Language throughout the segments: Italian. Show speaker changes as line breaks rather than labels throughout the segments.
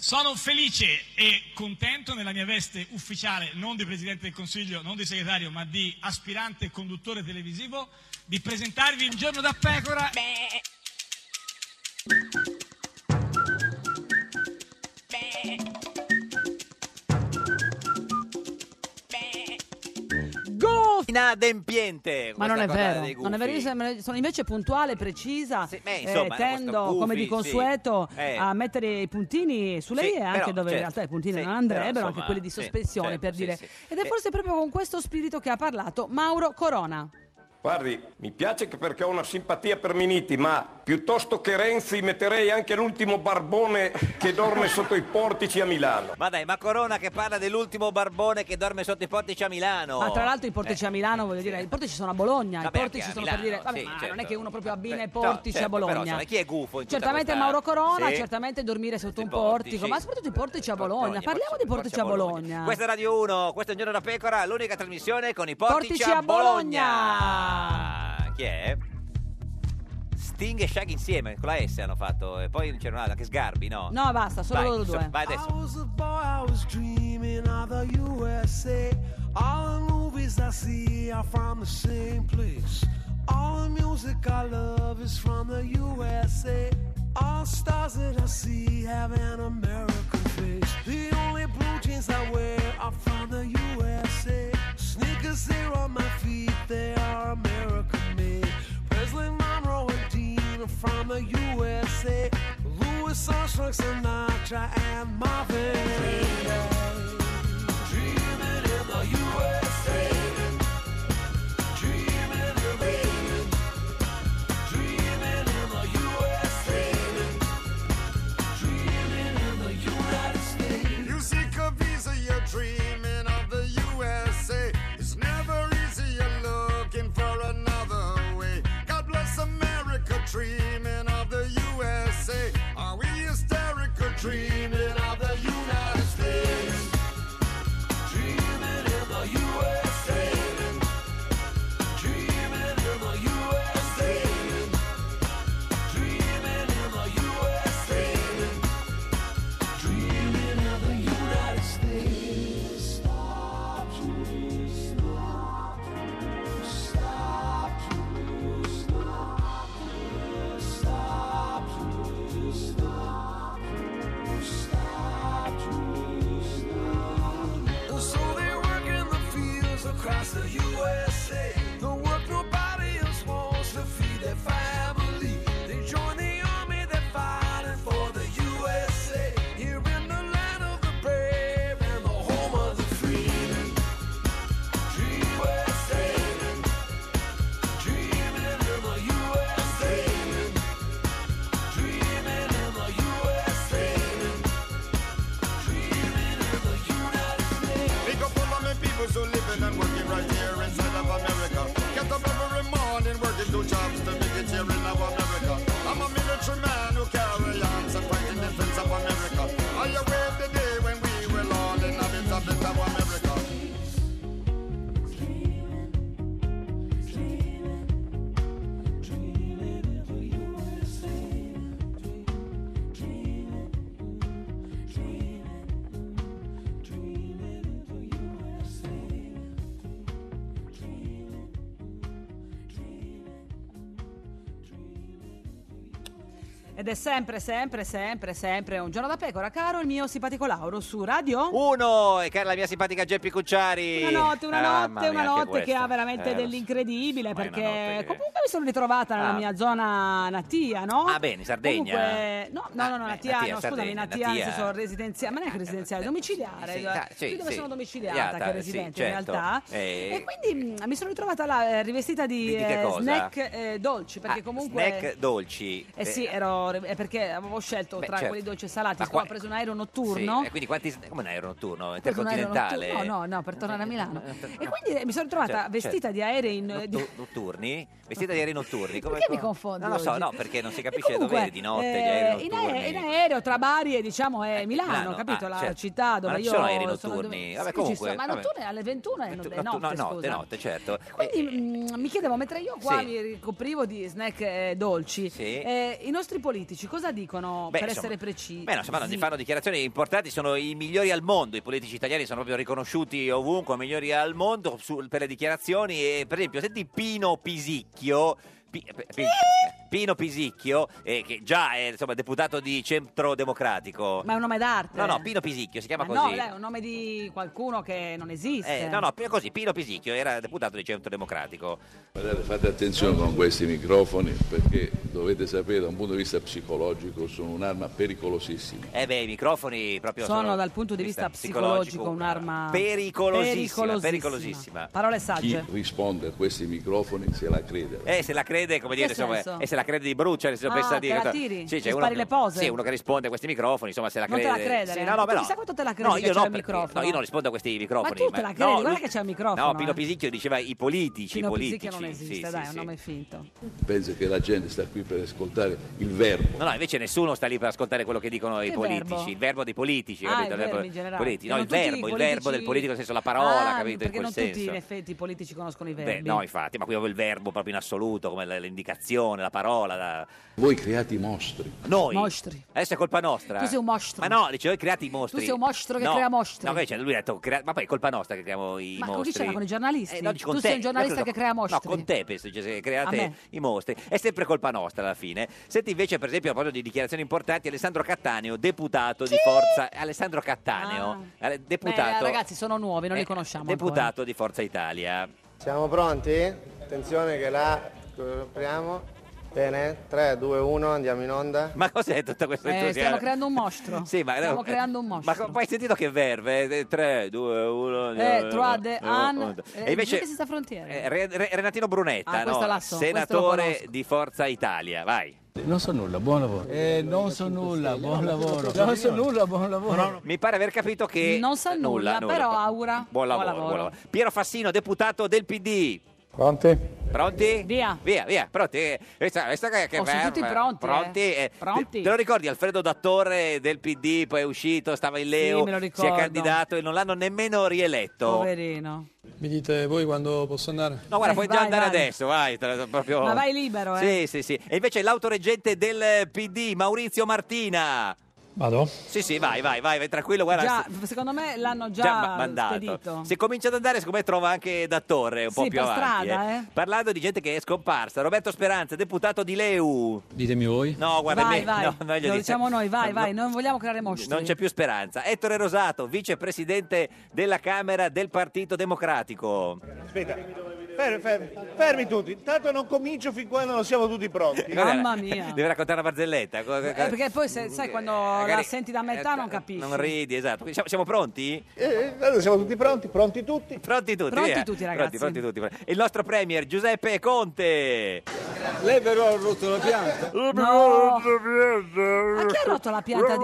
Sono felice e contento nella mia veste ufficiale, non di Presidente del Consiglio, non di segretario, ma di aspirante conduttore televisivo, di presentarvi Un giorno da pecora.
Inadempiente.
Ma non è vero, non è vero, io sono invece puntuale, precisa,
insomma,
tendo
gufi,
come di consueto
sì.
a mettere i puntini sulle
Sì,
i, anche
però,
dove in
certo,
realtà i puntini
sì,
non andrebbero,
però,
anche quelli di sospensione,
certo,
per
sì,
dire.
sì.
Ed è forse proprio con questo spirito che ha parlato Mauro Corona.
Guardi, mi piace che perché ho una simpatia per Minniti, ma piuttosto che Renzi metterei anche l'ultimo barbone che dorme sotto i portici a Milano.
Ma dai, ma Corona che parla dell'ultimo barbone che dorme sotto i portici a Milano.
Ma tra l'altro i portici a Milano, voglio dire, i portici sono a Bologna,
Vabbè,
i portici
anche a
sono per dire,
Milano,
vabbè,
sì,
ma
certo.
non è che uno proprio abbina i
No,
portici
certo,
a Bologna.
però, insomma, chi è gufo in tutta
Certamente
questa-
Mauro Corona,
Sì.
certamente dormire sotto un
portici.
portico, ma soprattutto i portici a Bologna. Parliamo di portici a Bologna.
Questa è Radio 1, questo è Un giorno da pecora, l'unica trasmissione con i portici,
Portici a
Bologna. Chi è? Sting e Shaggy insieme, con la S hanno fatto, e poi c'era un'altra, che Sgarbi, no?
No, basta, solo
Vai,
loro due.
Vai adesso.
I was a boy, I was dreaming of the USA. All the movies I see are from the same place. All the music I love is from the USA. All stars that I see have an American face. The only blue jeans I wear are from the USA. Sneakers there on my feet, they are American made. Presley, Monroe and Dean are from the USA. Louis Armstrong, Sinatra and Marvin Gaye. Dreaming in the USA. Dreaming in the Dreaming in the USA. Dreaming in the United States.
You seek a visa, you're dreaming of the USA. It's never easy, you're looking for another way. God bless America, dreaming of the USA. Are we hysterical, dreaming of the United States? Dreaming in the USA. Dreaming in the USA. Dreaming in the USA. Dreaming of the United States. Stop, please, stop, stop, please, stop, stop, please, stop, stop, please, stop. So they work in the fields across the USA. The work nobody else wants to feed their family. They join the army, they're fighting for the USA. Here in the land of the brave and the home of the free. USA. Dreaming in the USA. Dreaming in the USA. Dreaming in the United States. Big up all of my people who living and working right here inside of America. Get up every morning working 2 jobs to make it here in our America. I'm a military man who carry arms and fight in defense of America. Are you aware of the day when we will all inhabit a bit of America?
Ed è sempre Un giorno da pecora, caro il mio simpatico Lauro su Radio
1, e cara la mia simpatica Geppi Cucciari.
Una notte che
questa.
ha veramente dell'incredibile,
Ma è una
perché
notte che-
comunque mi sono ritrovata nella mia zona natia, no?
Ah, bene, Sardegna?
Comunque, no, natia,
Natia,
no, scusami,
Sardegna,
natia nel
Natia.
senso residenziale, ma neanche residenziale, domiciliare,
sì,
qui dove
sì.
sono domiciliata, che residente in
certo.
realtà. E quindi mi sono ritrovata là rivestita di
che cosa?
snack dolci, perché comunque...
Snack dolci.
Eh sì, perché avevo scelto tra
certo.
quelli dolci e salati,
Ma
siccome
qua-
ho preso un aereo notturno.
Sì, e quindi come un aereo notturno?
Ho preso un aereo
Intercontinentale?
notturno, no, per tornare a Milano. E quindi mi sono ritrovata
Certo,
vestita di aerei
notturni? Vestita di aerei notturni?
Perché mi confondi
Non lo so,
oggi?
no, perché non si
E
capisce
comunque,
dove di notte gli aerei
in
notturni.
aereo tra Bari e diciamo Milano,
Milano,
capito? La
certo.
città dove
Ma non
io
ci sono aerei
sono
notturni? Vabbè,
Sì,
comunque,
ci sono, ma
vabbè.
notturne alle 21 e notte,
notte, certo.
Quindi mi chiedevo, mentre io qua
Sì.
mi ricoprivo di snack dolci,
Sì.
i nostri politici cosa dicono,
Beh,
per
insomma,
essere precisi?
Beh, no, insomma, fanno dichiarazioni importanti, sono i migliori al mondo, i politici italiani sono proprio riconosciuti ovunque, migliori al mondo per le dichiarazioni. E, per esempio, senti Pino Pisicchio. Pino Pisicchio, che già è insomma deputato di Centro Democratico.
Ma è un nome d'arte?
No, Pino Pisicchio si chiama
Ma
così.
no, è un nome di qualcuno che non esiste.
No, così, Pino Pisicchio era deputato di Centro Democratico.
Guardate, fate attenzione con questi microfoni perché dovete sapere da un punto di vista psicologico sono un'arma pericolosissima.
I microfoni proprio
sono dal punto di vista psicologico un'arma
pericolosissima.
Parole
Chi
sagge.
risponde a questi microfoni se la crede.
Se la crede, come dire,
Che
insomma,
senso?
e se la crede di brucia, se pensa
che la tiri?
Sì,
Ti
uno,
spari le pose?
Sì, uno che risponde a questi microfoni, insomma, se la
Non
crede.
te la credere?
Sì, no,
Tu
no,
chissà quanto te la credi
no,
che
io
c'è
no,
il microfono?
No, io non rispondo a questi microfoni.
Ma tu te la credi? Guarda che c'è il microfono.
No, Pino
eh.
Pisicchio diceva i politici.
Pino
i politici.
Pisicchio non esiste,
Sì,
dai,
sì,
è un
sì.
nome finto.
Pensa che la gente sta qui per ascoltare il verbo.
No, invece nessuno sta lì per ascoltare quello che dicono i politici,
verbo?
il verbo dei politici,
Ah,
capito?
il verbo in generale.
Politici. No,
Non
il
tutti i
verbo
politici-
del politico, nel senso la parola,
Ah,
capito?
perché
In
non
quel
tutti
senso.
in effetti i politici conoscono i
Beh,
verbi.
no, infatti, ma qui proprio il verbo proprio in assoluto, come l'indicazione, la parola.
Voi create i mostri.
Noi.
Mostri.
Adesso è colpa nostra.
Tu sei un mostro.
Ma no, dice, voi create i mostri.
Tu sei un mostro che
No,
crea mostri.
No, invece lui ha detto, ma poi è colpa nostra che creiamo i
Ma con chi
mostri.
c'era? Con i giornalisti?
No, dici con
Tu
te.
sei un giornalista
Io
che
credo-
crea mostri.
No, con te penso, cioè, se
A
create
me?
i mostri. È sempre colpa nostra alla fine. Senti invece, per esempio, a proposito di dichiarazioni importanti, Alessandro Cattaneo, deputato di Forza... Alessandro Cattaneo, deputato...
Beh, ragazzi, sono nuovi, non li conosciamo
Deputato di Forza Italia.
Siamo pronti? Attenzione che la apriamo. Bene, 3, 2, 1, andiamo in onda.
Ma cos'è tutto questo
ancora.
entusiasmo?
Stiamo creando un mostro.
Sì, ma
Stiamo creando un mostro.
Ma poi hai sentito che verve? 3, 2, 1.
Troade, An.
E invece
che si sta frontiera.
Renatino Brunetta,
questo
no?
la so, questo lo
Senatore
conosco.
di Forza Italia, vai.
Non so nulla, buon lavoro. Non so nulla, buon lavoro. Non so nulla, buon lavoro.
Mi pare aver capito che...
Non sa nulla, però augura.
Buon lavoro. Piero Fassino, deputato del PD.
Pronti?
Pronti?
Via.
Pronti? Questa che
Oh, sono tutti pronti,
Pronti?
Pronti.
Te lo ricordi Alfredo Dattore del PD, poi è uscito, stava in Leo,
me lo
si è
ricordo.
candidato e non l'hanno nemmeno rieletto.
Poverino.
Mi dite voi quando posso andare?
No, guarda, puoi già
vai,
andare
vai.
adesso, vai. Proprio...
Ma vai libero,
Sì. E invece l'autoreggente del PD, Maurizio Martina.
Vado?
Sì, vai, tranquillo, guarda.
Già, secondo me l'hanno già
mandato.
spedito.
Se comincia ad andare, secondo me trova anche Dattore un po'
Sì,
più
per
avanti.
strada,
Parlando di gente che è scomparsa, Roberto Speranza, deputato di Leu.
Ditemi voi.
No, guarda,
Vai,
no,
vai.
meglio
Lo
di-
diciamo noi, vai,
no,
vai. Non vogliamo creare mostri.
Non c'è più speranza. Ettore Rosato, vicepresidente della Camera del Partito Democratico.
Aspetta, fermi tutti. Intanto non comincio fin quando non siamo tutti pronti.
Mamma mia.
Deve raccontare una barzelletta.
Perché poi, sai, quando la senti da metà non capisci.
Non ridi, esatto. Quindi siamo pronti?
Allora siamo tutti pronti? Pronti tutti?
Pronti tutti,
Pronti
via.
tutti, ragazzi.
Pronti tutti. E il nostro premier Giuseppe Conte.
Lei però ha rotto la pianta.
No. Ma chi ha rotto la pianta di...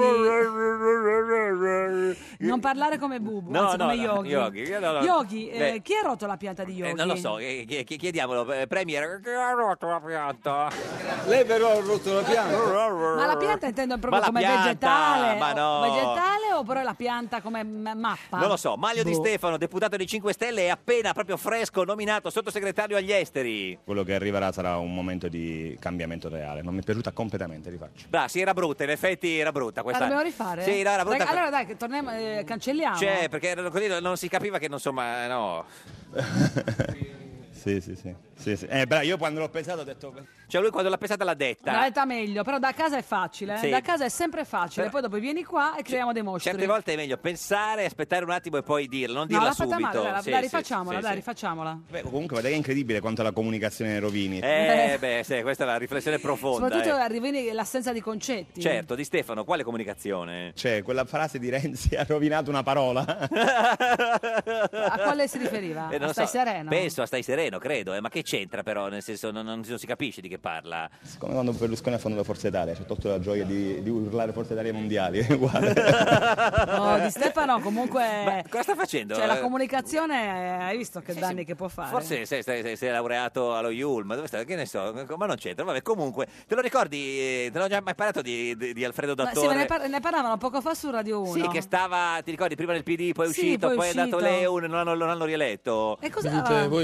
Non parlare come Bubu,
No,
anzi come
no,
Yogi.
Yogi, no.
Yogi,
Beh.
chi ha rotto la pianta di Yogi?
Non lo so, chiediamolo, premier, che ha rotto la pianta?
Lei però ha rotto la pianta.
Ma la pianta intendo proprio
Ma la
come
pianta,
vegetale?
ma no.
Vegetale oppure la pianta come mappa?
Non lo so, Maglio Di
Boh.
Stefano, deputato dei 5 Stelle, è appena proprio fresco nominato sottosegretario agli esteri.
Quello che arriverà sarà un momento di cambiamento reale. Non mi è piaciuta completamente, rifaccio.
Beh, sì, era brutta, in effetti era brutta
La
questa.
dobbiamo rifare?
Sì, no, era brutta.
Allora dai, che torniamo, cancelliamo.
C'è, perché così non si capiva che non, insomma, no.
Sì. Però io quando l'ho pensato ho detto...
Cioè lui quando l'ha pensata l'ha detta.
L'ha detta meglio, però da casa è facile.
Sì.
Da casa è sempre facile.
Però-
Poi dopo vieni qua e creiamo dei mostri.
Certe volte è meglio pensare, aspettare un attimo e poi dirla, non
No,
dirla
l'ha fatta
subito.
male,
Sì,
dai,
sì,
rifacciamola,
sì,
dai,
sì.
rifacciamola.
Beh, comunque guarda che è incredibile quanto la comunicazione rovini.
Sì, questa è la riflessione profonda.
Soprattutto arrivi l'assenza di concetti.
Certo, Di Stefano, quale comunicazione?
Cioè, quella frase di Renzi ha rovinato una parola.
A quale si riferiva?
Non
A Stai
so,
sereno?
Penso a Stai sereno, credo, ma che c'entra però? Nel senso non si capisce di che parla.
Come quando Berlusconi ha fondato Forza Italia, ci ha tolto la gioia di urlare Forza Italia mondiali. Uguale.
No, Di Stefano comunque...
Ma cosa sta facendo?
Cioè la comunicazione, hai visto che danni che può fare?
Forse sei laureato allo IUL, ma dove sta? Che ne so, ma non c'entra. Vabbè, comunque, te lo ricordi? Te l'ho già mai parlato di Alfredo
Ma
Dattore?
sì, ne parlavano poco fa su Radio 1.
Sì, che stava, ti ricordi, prima del PD, poi è
Sì,
uscito,
poi è
poi è andato
uscito.
Leu, non hanno rieletto.
E cosa...
Mi dite voi quando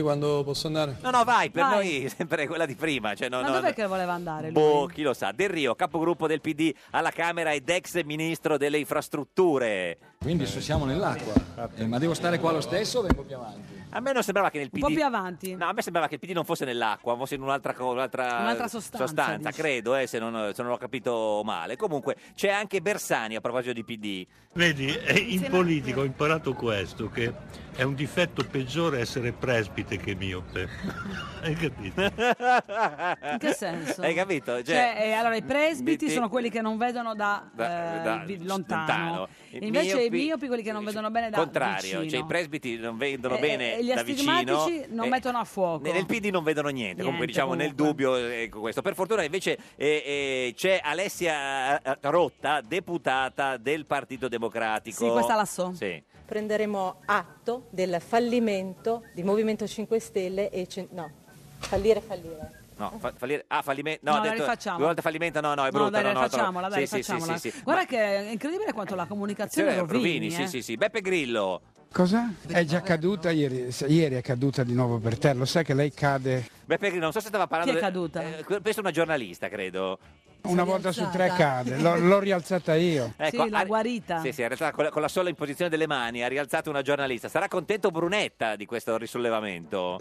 posso andare?
No, vai, per
Vai.
noi sempre quella di prima. Cioè,
Ma dov'è che voleva andare lui?
Boh, chi lo sa. Del Rio, capogruppo del PD alla Camera ed ex ministro delle infrastrutture.
Quindi siamo nell'acqua. Ma devo stare qua lo stesso o vengo più avanti?
A me non sembrava che nel PD...
Un po' più avanti.
No, a me sembrava che il PD non fosse nell'acqua, fosse in un'altra
sostanza, dici.
credo, se non ho capito male. Comunque, c'è anche Bersani a proposito di PD.
Vedi, in politica ho imparato questo, che è un difetto peggiore essere presbite che miope. Hai capito?
In che senso?
Hai capito?
Allora i presbiti
miopi-
sono quelli che non vedono da lontano. Invece i miopi quelli che non vedono bene da
Contrario,
vicino.
cioè i presbiti non vedono bene
e gli
da vicino.
astigmatici non mettono a fuoco.
Nel PD non vedono niente, comunque diciamo
comunque.
nel dubbio questo. Per fortuna invece c'è Alessia Rotta, deputata del Partito Democratico.
Sì, questa la so.
Sì.
Prenderemo atto del fallimento di Movimento 5 Stelle e fallire.
No, fallimento.
No,
ha
la
detto
rifacciamo.
2 volte fallimento, no, è brutta.
Dai,
no,
rifacciamola, dai,
sì,
rifacciamola.
Sì.
Guarda che è incredibile quanto la comunicazione rovini.
Sì. Beppe Grillo.
Cosa? È già caduta ieri è caduta di nuovo per terra, lo sai che lei cade
Beppe Grillo, non so se stava parlando...
Chi è caduta?
Questa è una giornalista, credo.
una volta su 3 cade, l'ho rialzata io.
Ecco,
Sì, l'ha guarita.
Sì, in realtà con la sola imposizione delle mani ha rialzato una giornalista. Sarà contento Brunetta di questo risollevamento?
Ho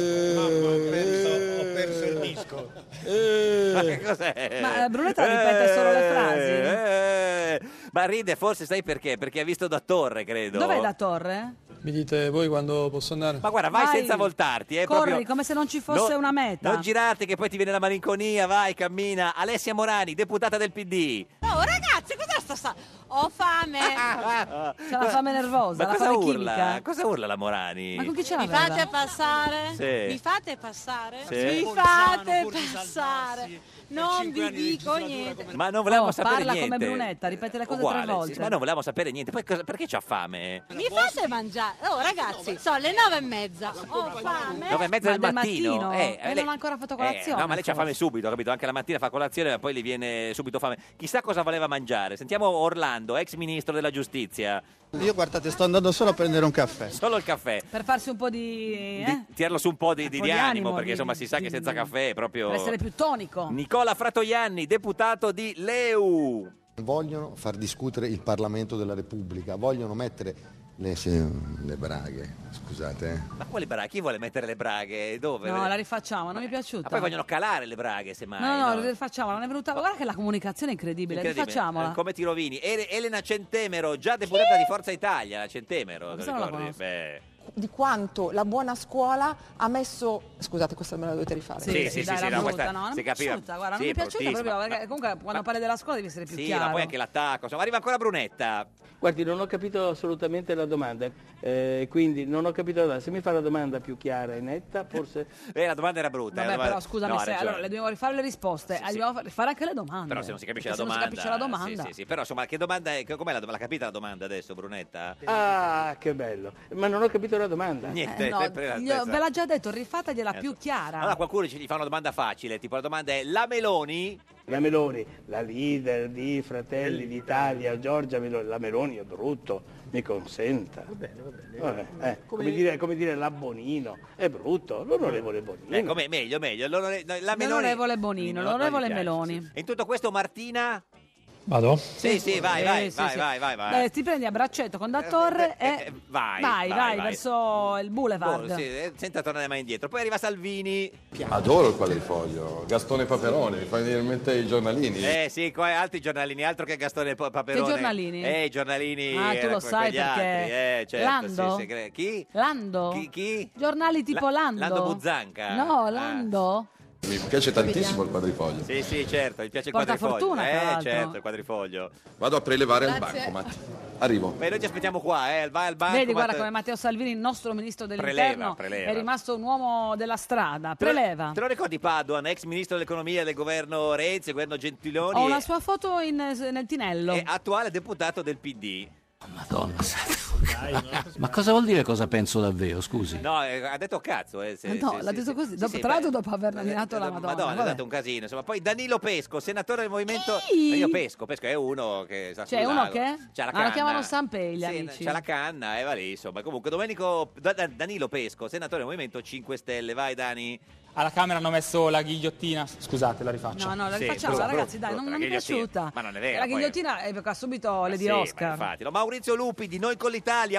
perso il disco.
Ma che cos'è?
Ma Brunetta ripete solo le frasi.
Ma ride forse, sai perché? Perché ha visto da torre, credo.
Dov'è la torre?
Mi dite voi quando posso andare?
Ma guarda, vai senza voltarti.
Corri
proprio...
come se non ci fosse una meta.
Non girarti che poi ti viene la malinconia, vai, cammina. Alessia Morani, deputata del PD.
Oh ragazzi, cos'è sta? Ho fame.
C'è la fame nervosa,
Ma
la
cosa
fame
urla?
chimica.
Cosa urla la Morani?
Ma con chi ce
Mi
l'aveva?
fate passare?
Sì.
Mi fate passare?
Sì.
Mi fate passare? Non vi dico niente.
Ma non volevamo sapere
parla
niente.
come Brunetta, ripete le cose
Uguale,
3 volte.
sì, ma non volevamo sapere niente. Poi perché c'ha fame?
Mi fate mangiare? Oh ragazzi, sono le 9:30. Ho fame.
9:30 del mattino.
E
lei-
non ha ancora fatto colazione.
no, ma lei c'ha fame subito, capito? Anche la mattina fa colazione, ma poi le viene subito fame. Chissà cosa voleva mangiare. Sentiamo Orlando, ex ministro della giustizia.
Io guardate, sto andando solo a prendere un caffè.
Solo il caffè.
Per farsi un po' di...
Tirarlo su un po' di
po' di
animo,
animo,
perché insomma si sa che senza caffè è proprio...
Per essere più tonico.
Nicola Fratoianni, deputato di Leu.
Vogliono far discutere il Parlamento della Repubblica, vogliono mettere le braghe, scusate.
Ma quale braghe? Chi vuole mettere le braghe? Dove?
No, la rifacciamo, non mi è piaciuta.
Ma poi vogliono calare le braghe, semmai.
No, rifacciamola, non è venuta... Guarda che la comunicazione è incredibile, rifacciamola.
Come ti rovini? Elena Centemero, già deputata di Forza Italia, la Centemero, te
Questa non la
ricordi?
conosco.
Beh.
Di quanto la buona scuola ha messo... Scusate, questa me la dovete rifare.
Sì,
dai,
sì,
la
no,
brutta,
questa
no, non
si
mi è
capiva.
piaciuta, guarda,
Sì,
non mi è piaciuta
bruttissima.
proprio, perché comunque quando parli della scuola devi essere più
Sì,
chiaro.
ma poi anche l'attacco, insomma, arriva ancora Brunetta.
Guardi, non ho capito assolutamente la domanda, quindi non ho capito la domanda. Se mi fa la domanda più chiara e netta, forse...
La domanda era brutta.
Vabbè, però scusami,
No, ha
se
ragione.
allora le dobbiamo rifare le risposte, dobbiamo fare anche le domande.
Però se non si capisce la
Perché se
domanda.
non si capisce la domanda.
Sì. Però insomma, che domanda è? Com'è l'ha capita la domanda adesso, Brunetta?
Ah, che bello. Ma non ho capito la domanda.
Niente,
No,
sempre la stessa.
ve l'ha già detto, rifategliela più chiara.
Allora qualcuno gli fa una domanda facile, tipo la domanda è: la Meloni?
La Meloni, la leader di Fratelli d'Italia, Giorgia Meloni, la Meloni è brutto, mi consenta. Va bene. Come dire la Bonino, è brutto, l'onorevole Bonino.
Com'è? Meglio. La Meloni.
L'onorevole Bonino, l'onorevole
mi piace,
Meloni.
sì. E in tutto questo Martina?
Vado?
Sì, vai.
Ti prendi a braccetto con da Torre e
vai.
verso il boulevard.
Senza tornare mai indietro. Poi arriva Salvini.
Adoro il quadrifoglio, Gastone Paperone, mi fa venire in mente i giornalini.
Sì, qua altri giornalini, altro che Gastone Paperone.
Che giornalini?
I giornalini.
Ah, tu lo sai
quegli
perché
altri, certo,
Lando?
sì. Chi?
Lando?
Chi?
Giornali tipo Lando?
Lando Buzzanca.
No, Lando?
Mi piace tantissimo il quadrifoglio.
Sì, certo, mi piace il
Porta
quadrifoglio.
fortuna, tra l'altro.
Certo, il quadrifoglio.
Vado a prelevare al
Grazie.
bancomat. Arrivo.
Beh, noi ti aspettiamo qua, vai al banco.
Vedi, guarda come Matteo Salvini, il nostro ministro dell'interno,
Preleva.
è rimasto un uomo della strada. Preleva.
Te lo ricordi Padoan, ex ministro dell'economia del governo Renzi, governo Gentiloni?
Ho una sua foto nel tinello.
E attuale deputato del PD.
Madonna santa. Ma cosa vuol dire cosa penso davvero, scusi?
No, ha detto cazzo.
L'ha detto così, tra l'altro dopo aver nominato la Madonna.
Ha
vabbè.
dato un casino. Insomma, poi Danilo Pesco, senatore del movimento.
Chi?
Io Pesco è uno che sa
C'è uno che?
C'ha la
Lo
canna.
chiamano Sanpei gli
Sì,
amici.
c'ha la canna e va lì, insomma. Comunque, Danilo Pesco, senatore del movimento 5 Stelle. Vai, Dani.
Alla Camera hanno messo la ghigliottina. Scusate, la rifaccio.
No, la
Sì,
rifacciamo,
brutto,
ragazzi,
brutto,
dai, non
la
mi è
ghigliottina.
piaciuta.
Ma non è vero.
La
poi-
ghigliottina ha subito le di
sì, ma
Oscar.
infatti. Maurizio Lupi di Noi con l'Italia.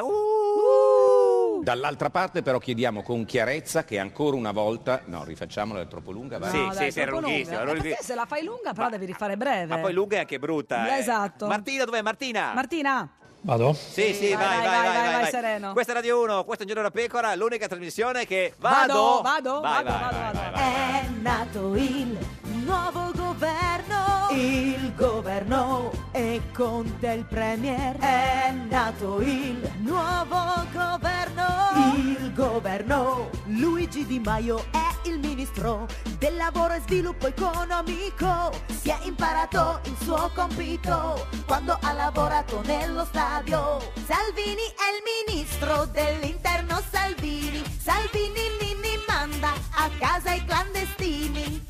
Dall'altra parte però chiediamo con chiarezza che ancora una volta... No, rifacciamola, è troppo lunga, va?
No, dai,
sì, era
troppo
lunghissima.
lunga. Perché se la fai lunga però devi rifare breve.
Ma poi lunga è anche brutta.
Esatto.
Martina, dov'è Martina?
Martina.
Vado?
Sì,
vai, sereno.
Questa è Radio 1, questo è Un Giorno da Pecora, l'unica trasmissione che...
Vado.
Vai.
È nato il nuovo governo, il governo e Conte il premier. È nato il nuovo governo, il governo. Luigi Di Maio è il ministro del lavoro e sviluppo economico. Si è imparato il suo compito quando ha lavorato nello stadio. Salvini è il ministro dell'interno. Salvini manda a casa i clandestini.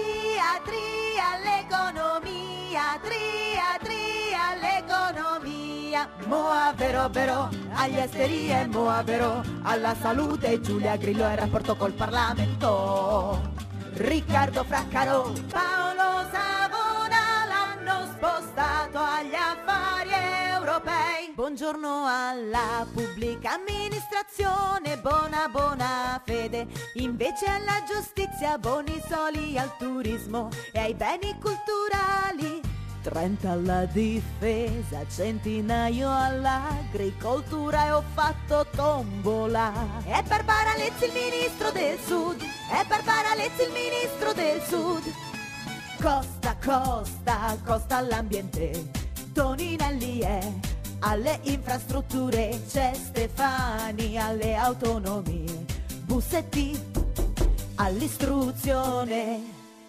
Tria l'economia, tria l'economia. Moa vero, agli esteri e Moa vero, alla salute Giulia Grillo e il rapporto col Parlamento. Riccardo Fraccaro, Paolo Savona l'hanno spostato agli affari europei. Buongiorno alla pubblica amministrazione, buona fede. Invece alla giustizia, buoni soli al turismo e ai beni culturali. 30 alla difesa, centinaio all'agricoltura e ho fatto tombola. E Barbara Lezzi il ministro del sud, e Barbara Lezzi il ministro del sud. Costa all'ambiente, Toninelli è alle infrastrutture, c'è Stefani alle autonomie, Bussetti all'istruzione.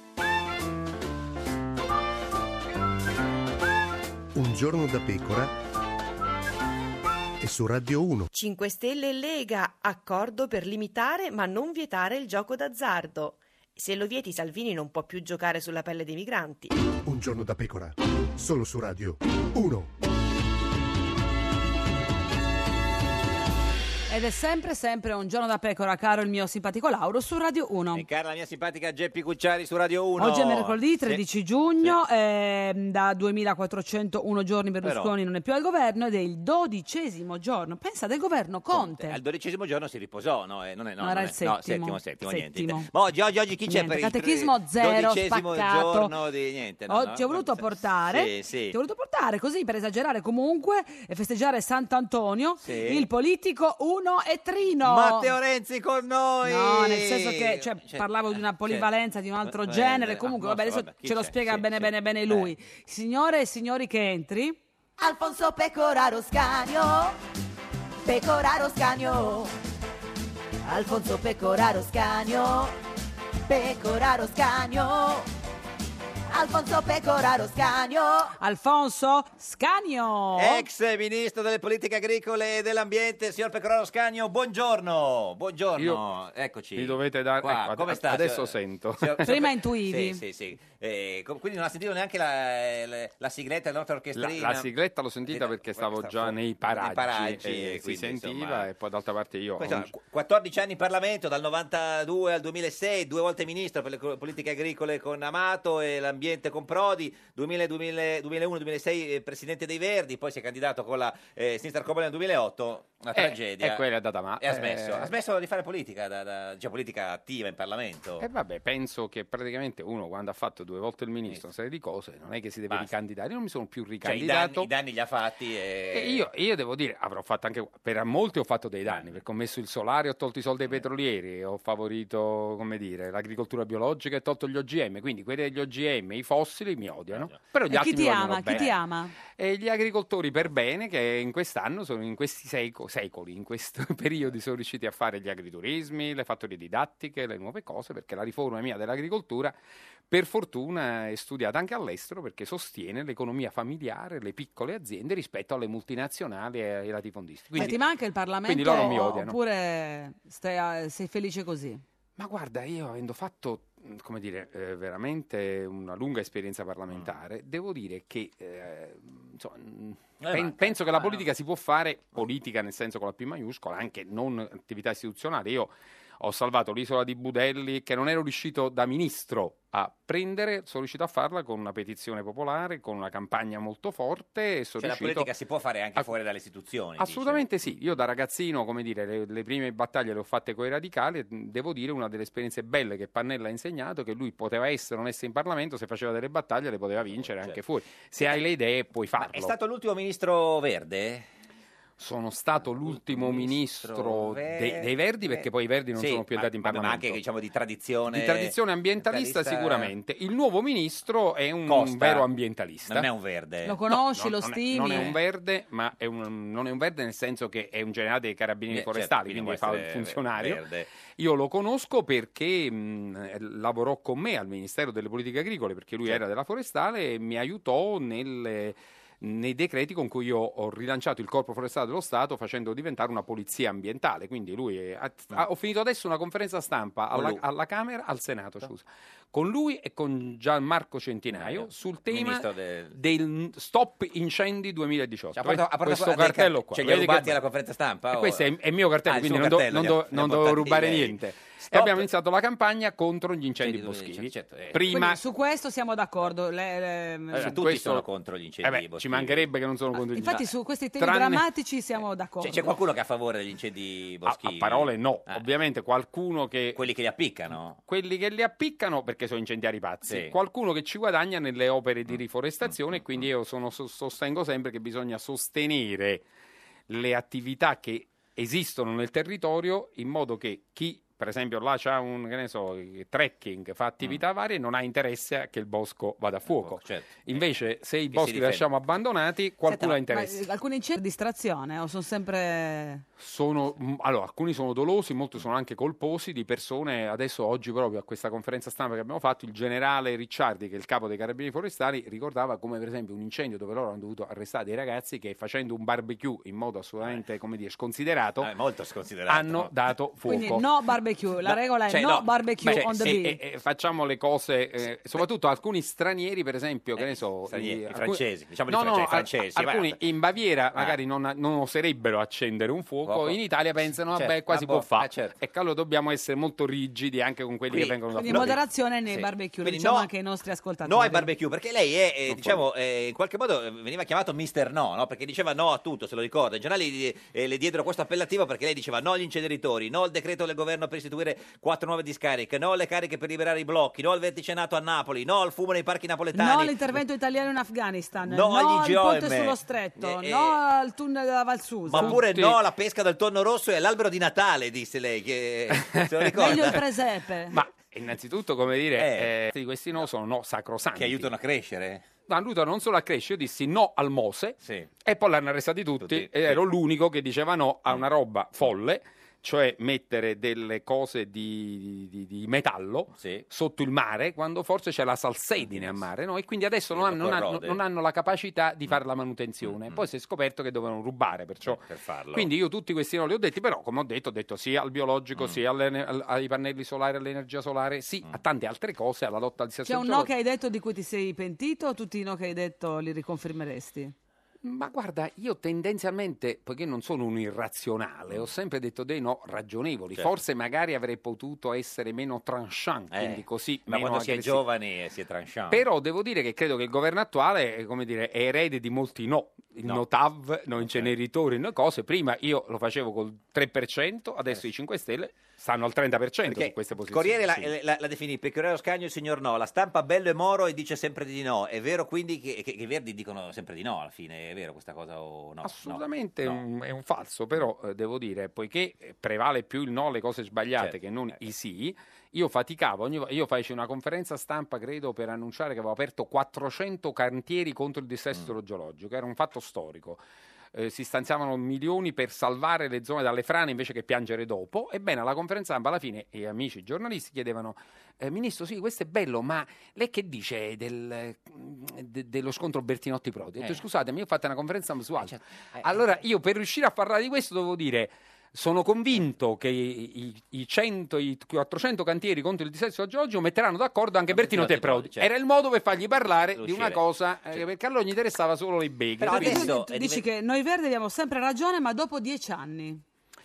Un giorno da pecora e su Radio 1.
5 Stelle e Lega, accordo per limitare ma non vietare il gioco d'azzardo. Se lo vieti Salvini non può più giocare sulla pelle dei migranti.
Un giorno da pecora, solo su Radio 1.
Ed è sempre Un giorno da pecora, caro il mio simpatico Lauro, su Radio 1.
E cara la mia simpatica Geppi Cucciari su Radio 1.
Oggi è mercoledì 13
Sì.
giugno, da 2401 giorni Berlusconi non è più al governo ed è il 12° giorno, pensa, del governo Conte.
Al 12° giorno si riposò, no? Non è, no,
No, era
non
il
è- no,
settimo.
settimo, niente.
Settimo.
Ma oggi chi c'è
Niente,
per
catechismo
il
zero,
12°
spaccato.
giorno di niente? No,
Oggi ho voluto portare,
Sì.
ti ho voluto portare così per esagerare comunque e festeggiare Sant'Antonio,
Sì.
il politico Uno e Trino.
Matteo Renzi con noi!
No, nel senso che parlavo di una polivalenza di un altro genere. Comunque, vabbè, adesso
chi
ce lo
c'è?
spiega
Sì,
bene lui. Signore e signori che entri.
Alfonso Pecoraro Scanio, Pecoraro Scanio, Alfonso Pecoraro Scanio, Pecoraro Scanio, Alfonso Pecoraro Scanio.
Alfonso Scanio.
Ex ministro delle politiche agricole e dell'ambiente, signor Pecoraro Scanio, buongiorno. Eccoci.
Mi dovete dare...
Qua,
ecco,
come sta?
adesso sento.
Prima intuivi.
Sì. Quindi non ha sentito neanche la sigletta della nostra orchestrina?
La sigletta l'ho sentita perché stavo già nei paraggi,
e
si
quindi,
sentiva
insomma,
e poi d'altra parte io...
Poi, insomma, 14 anni in Parlamento, dal 92 al 2006, 2 volte ministro per le politiche agricole con Amato e l'ambiente con Prodi, 2001-2006 presidente dei Verdi, poi si è candidato con la sinistra Comola nel 2008, una tragedia.
E quella è andata male.
E ha smesso di fare politica, cioè politica attiva in Parlamento.
E vabbè, penso che praticamente uno quando ha fatto 2 volte il ministro, una serie di cose, non è che si deve ricandidare. Io non mi sono più
Cioè,
ricandidato.
i danni li ha fatti.
E io devo dire, avrò fatto anche, per molti ho fatto dei danni, perché ho messo il solare, ho tolto i soldi ai petrolieri, ho favorito, come dire, l'agricoltura biologica e ho tolto gli OGM, quindi quelli degli OGM me. I fossili mi odiano, però gli
E
altri
chi ti
mi vogliono
ama? Chi
bene.
ti ama?
E gli agricoltori per bene che in quest'anno sono in questi secoli, in questi periodi sono riusciti a fare gli agriturismi, le fattorie didattiche, le nuove cose, perché la riforma mia dell'agricoltura per fortuna è studiata anche all'estero perché sostiene l'economia familiare, le piccole aziende rispetto alle multinazionali e ai latifondisti.
Ma ti manca il Parlamento
quindi loro mi odiano.
oppure sei felice così?
Ma guarda, io avendo fatto, come dire, veramente una lunga esperienza parlamentare, devo dire che insomma, penso che la politica si può fare, politica nel senso con la P maiuscola, anche non attività istituzionale. Io ho salvato l'isola di Budelli, che non ero riuscito da ministro a prendere, sono riuscito a farla con una petizione popolare, con una campagna molto forte e sono
Cioè la
riuscito
politica si può fare anche fuori dalle istituzioni.
Assolutamente sì, io da ragazzino, come dire, le prime battaglie le ho fatte con i radicali, devo dire una delle esperienze belle che Pannella ha insegnato è che lui poteva essere o non essere in Parlamento, se faceva delle battaglie le poteva vincere anche fuori. Se hai le idee puoi farlo.
È stato l'ultimo ministro verde?
Sono stato l'ultimo ministro dei Verdi, perché poi i Verdi non sono più andati in Parlamento.
Ma anche diciamo di tradizione.
Di tradizione ambientalista sicuramente. Il nuovo ministro è un vero ambientalista.
Non è un verde.
Lo conosci,
No,
lo stimi?
non è un verde, ma non è un verde nel senso che è un generale dei carabinieri forestali,
certo,
quindi fa il funzionario.
verde.
Io lo conosco perché lavorò con me al Ministero delle Politiche Agricole, perché lui era della Forestale e mi aiutò nei decreti con cui io ho rilanciato il Corpo Forestale dello Stato facendo diventare una polizia ambientale. Quindi lui ho finito adesso una conferenza stampa alla Camera, al Senato, scusa, con lui e con Gianmarco Centinaio sul tema del Stop Incendi 2018. Questo cartello qua.
Ce li ha rubati alla conferenza stampa?
Questo è il mio cartello, quindi non dovevo rubare niente. E abbiamo iniziato la campagna contro gli incendi boschivi. Prima
Quindi su questo siamo d'accordo.
Tutti sono contro gli incendi boschivi.
Ci mancherebbe che non sono contro gli incendi.
Infatti su questi temi drammatici siamo d'accordo.
C'è qualcuno che è a favore degli incendi boschivi?
A parole no, ovviamente qualcuno che...
Quelli che li appiccano?
Quelli che li appiccano perché sono incendiari pazzi. Qualcuno che ci guadagna nelle opere di riforestazione, quindi io sostengo sempre che bisogna sostenere le attività che esistono nel territorio in modo che chi per esempio là c'ha un, che ne so, trekking, fa attività varie, non ha interesse a che il bosco vada a fuoco. Invece se i boschi li lasciamo abbandonati, qualcuno ha interesse.
Ma alcuni incendi di distrazione o sono sempre...
Allora, alcuni sono dolosi, molti sono anche colposi di persone. Adesso oggi proprio a questa conferenza stampa che abbiamo fatto, il generale Ricciardi, che è il capo dei carabinieri forestali, ricordava come per esempio un incendio dove loro hanno dovuto arrestare dei ragazzi che facendo un barbecue in modo assolutamente, come dire, sconsiderato,
molto sconsiderato,
hanno dato fuoco.
Quindi no barbecue, la regola è no barbecue on the beach.
Facciamo le cose, soprattutto alcuni stranieri, per esempio, che ne so,
i francesi, diciamo
i
francesi.
Alcuni in Baviera magari non oserebbero accendere un fuoco. In Italia pensano, vabbè, qua si può fare. Ecco, allora dobbiamo essere molto rigidi anche con quelli che vengono da fuori.
Quindi moderazione nei barbecue, lo diciamo anche ai nostri ascoltatori.
No ai barbecue, perché lei è, diciamo, in qualche modo veniva chiamato Mister No, perché diceva no a tutto, se lo ricorda. I giornali le diedero questo appellativo perché lei diceva no agli inceneritori, no al decreto del governo per istituire 4 nuove discariche, no alle cariche per liberare i blocchi, no al vertice NATO a Napoli, no al fumo nei parchi napoletani,
no all'intervento italiano in Afghanistan,
no
al
agli
ponte sullo stretto, no al tunnel della Val Susa,
ma pure no alla pesca del tonno rosso e all'albero di Natale, disse lei, che se lo ricorda.
Meglio il presepe.
Ma innanzitutto, come dire, di questi no sono no sacrosanti.
Che aiutano a crescere?
No, lui non solo a crescere, io dissi no al Mose e poi l'hanno arrestati tutti e ero l'unico che diceva no a una roba folle, cioè mettere delle cose di metallo sotto il mare quando forse c'è la salsedine a mare, no? E quindi adesso non hanno la capacità di fare la manutenzione. Poi si è scoperto che dovevano rubare, perciò
per farlo.
Quindi io tutti questi no li ho detti, però come ho detto sì al biologico, sì ai pannelli solari, all'energia solare, sì a tante altre cose, alla lotta al dissesto
C'è un no che hai detto di cui ti sei pentito o tutti i no che hai detto li riconfermeresti?
Ma guarda, io tendenzialmente, poiché non sono un irrazionale, ho sempre detto dei no ragionevoli. Forse magari avrei potuto essere meno tranchant, quindi così
ma
meno
quando si è
aggressivo.
giovani si è tranchant.
Però devo dire che credo che il governo attuale è, come dire, è erede di molti no. Il no TAV, no inceneritori, no cose. Prima io lo facevo col 3%, adesso i 5 Stelle stanno al 30% su queste posizioni.
Corriere la definì pecoraro scagno il signor no, la stampa bello e moro e dice sempre di no. È vero quindi che i Verdi dicono sempre di no alla fine? vero questa cosa o no?
Assolutamente
No.
è un falso, però devo dire, poiché prevale più il no alle cose sbagliate
Certo,
che non i sì, io faticavo, io feci una conferenza stampa, credo, per annunciare che avevo aperto 400 cantieri contro il dissesto idrogeologico, era un fatto storico. Si stanziavano milioni per salvare le zone dalle frane invece che piangere dopo. Ebbene, alla conferenza stampa alla fine gli amici giornalisti chiedevano: Ministro, sì, questo è bello, ma lei che dice dello scontro Bertinotti-Prodi? Ho detto, scusatemi, io ho fatto una conferenza stampa su altro. Allora, io per riuscire a parlare di questo dovevo dire: sono convinto che i 400 cantieri contro il dissesto idrogeologico metteranno d'accordo anche Bertinotti e Prodi.
certo.
Era il modo per fargli parlare di una
Uscire.
cosa perché a loro gli interessava solo le beghe.
Però
Quindi-
adesso
Tu dici che noi Verdi abbiamo sempre ragione, ma dopo 10 anni.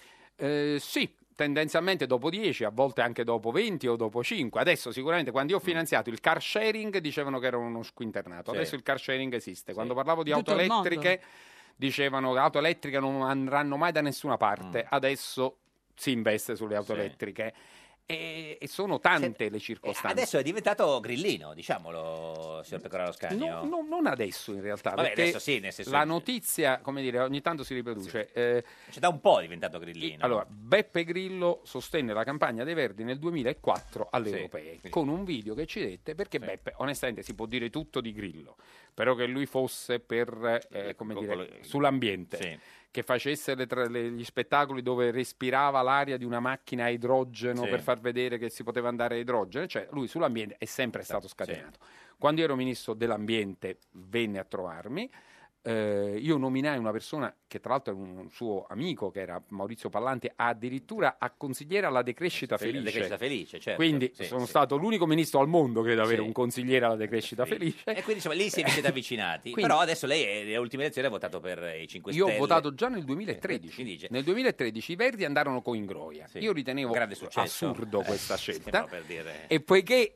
Sì, tendenzialmente dopo 10, a volte anche dopo 20 o dopo 5. Adesso sicuramente quando io ho finanziato il car sharing dicevano che era uno squinternato.
Sì.
Adesso il car sharing esiste. Quando parlavo di
Tutto
auto
il mondo.
elettriche dicevano che le auto elettriche non andranno mai da nessuna parte. Adesso si investe sulle auto elettriche. E sono tante le circostanze.
Adesso è diventato grillino, diciamolo, signor Pecoraro Scanio.
Non adesso in realtà,
Vabbè,
perché
adesso sì, nel senso-
la notizia, come dire, ogni tanto si riproduce.
Cioè, da un po' è diventato grillino.
Allora, Beppe Grillo sostenne la campagna dei Verdi nel 2004 alle
Sì,
europee,
quindi-
con un video che ci dette, perché Beppe, onestamente, si può dire tutto di Grillo, però che lui fosse per, come dire, sull'ambiente.
Sì.
Che facesse gli spettacoli dove respirava l'aria di una macchina a idrogeno
Sì.
per far vedere che si poteva andare a idrogeno, cioè lui sull'ambiente è sempre stato scatenato. Quando io ero ministro dell'ambiente venne a trovarmi, io nominai una persona che tra l'altro è un suo amico, che era Maurizio Pallante, addirittura a consigliere alla decrescita felice.
Decrescita felice, certo.
Quindi
Sì,
sono
sì.
stato l'unico ministro al mondo, credo, ad avere
Sì.
un consigliere alla decrescita felice.
E quindi insomma lì si siete avvicinati.
Quindi-
Però adesso lei alle ultime elezioni ha votato per i 5
Io
Stelle.
ho votato già nel 2013.
dice?
Nel 2013 i Verdi andarono con Ingroia.
Sì.
Io ritenevo
Grande successo.
assurdo questa
Sì,
scelta.
no, per dire.
E poiché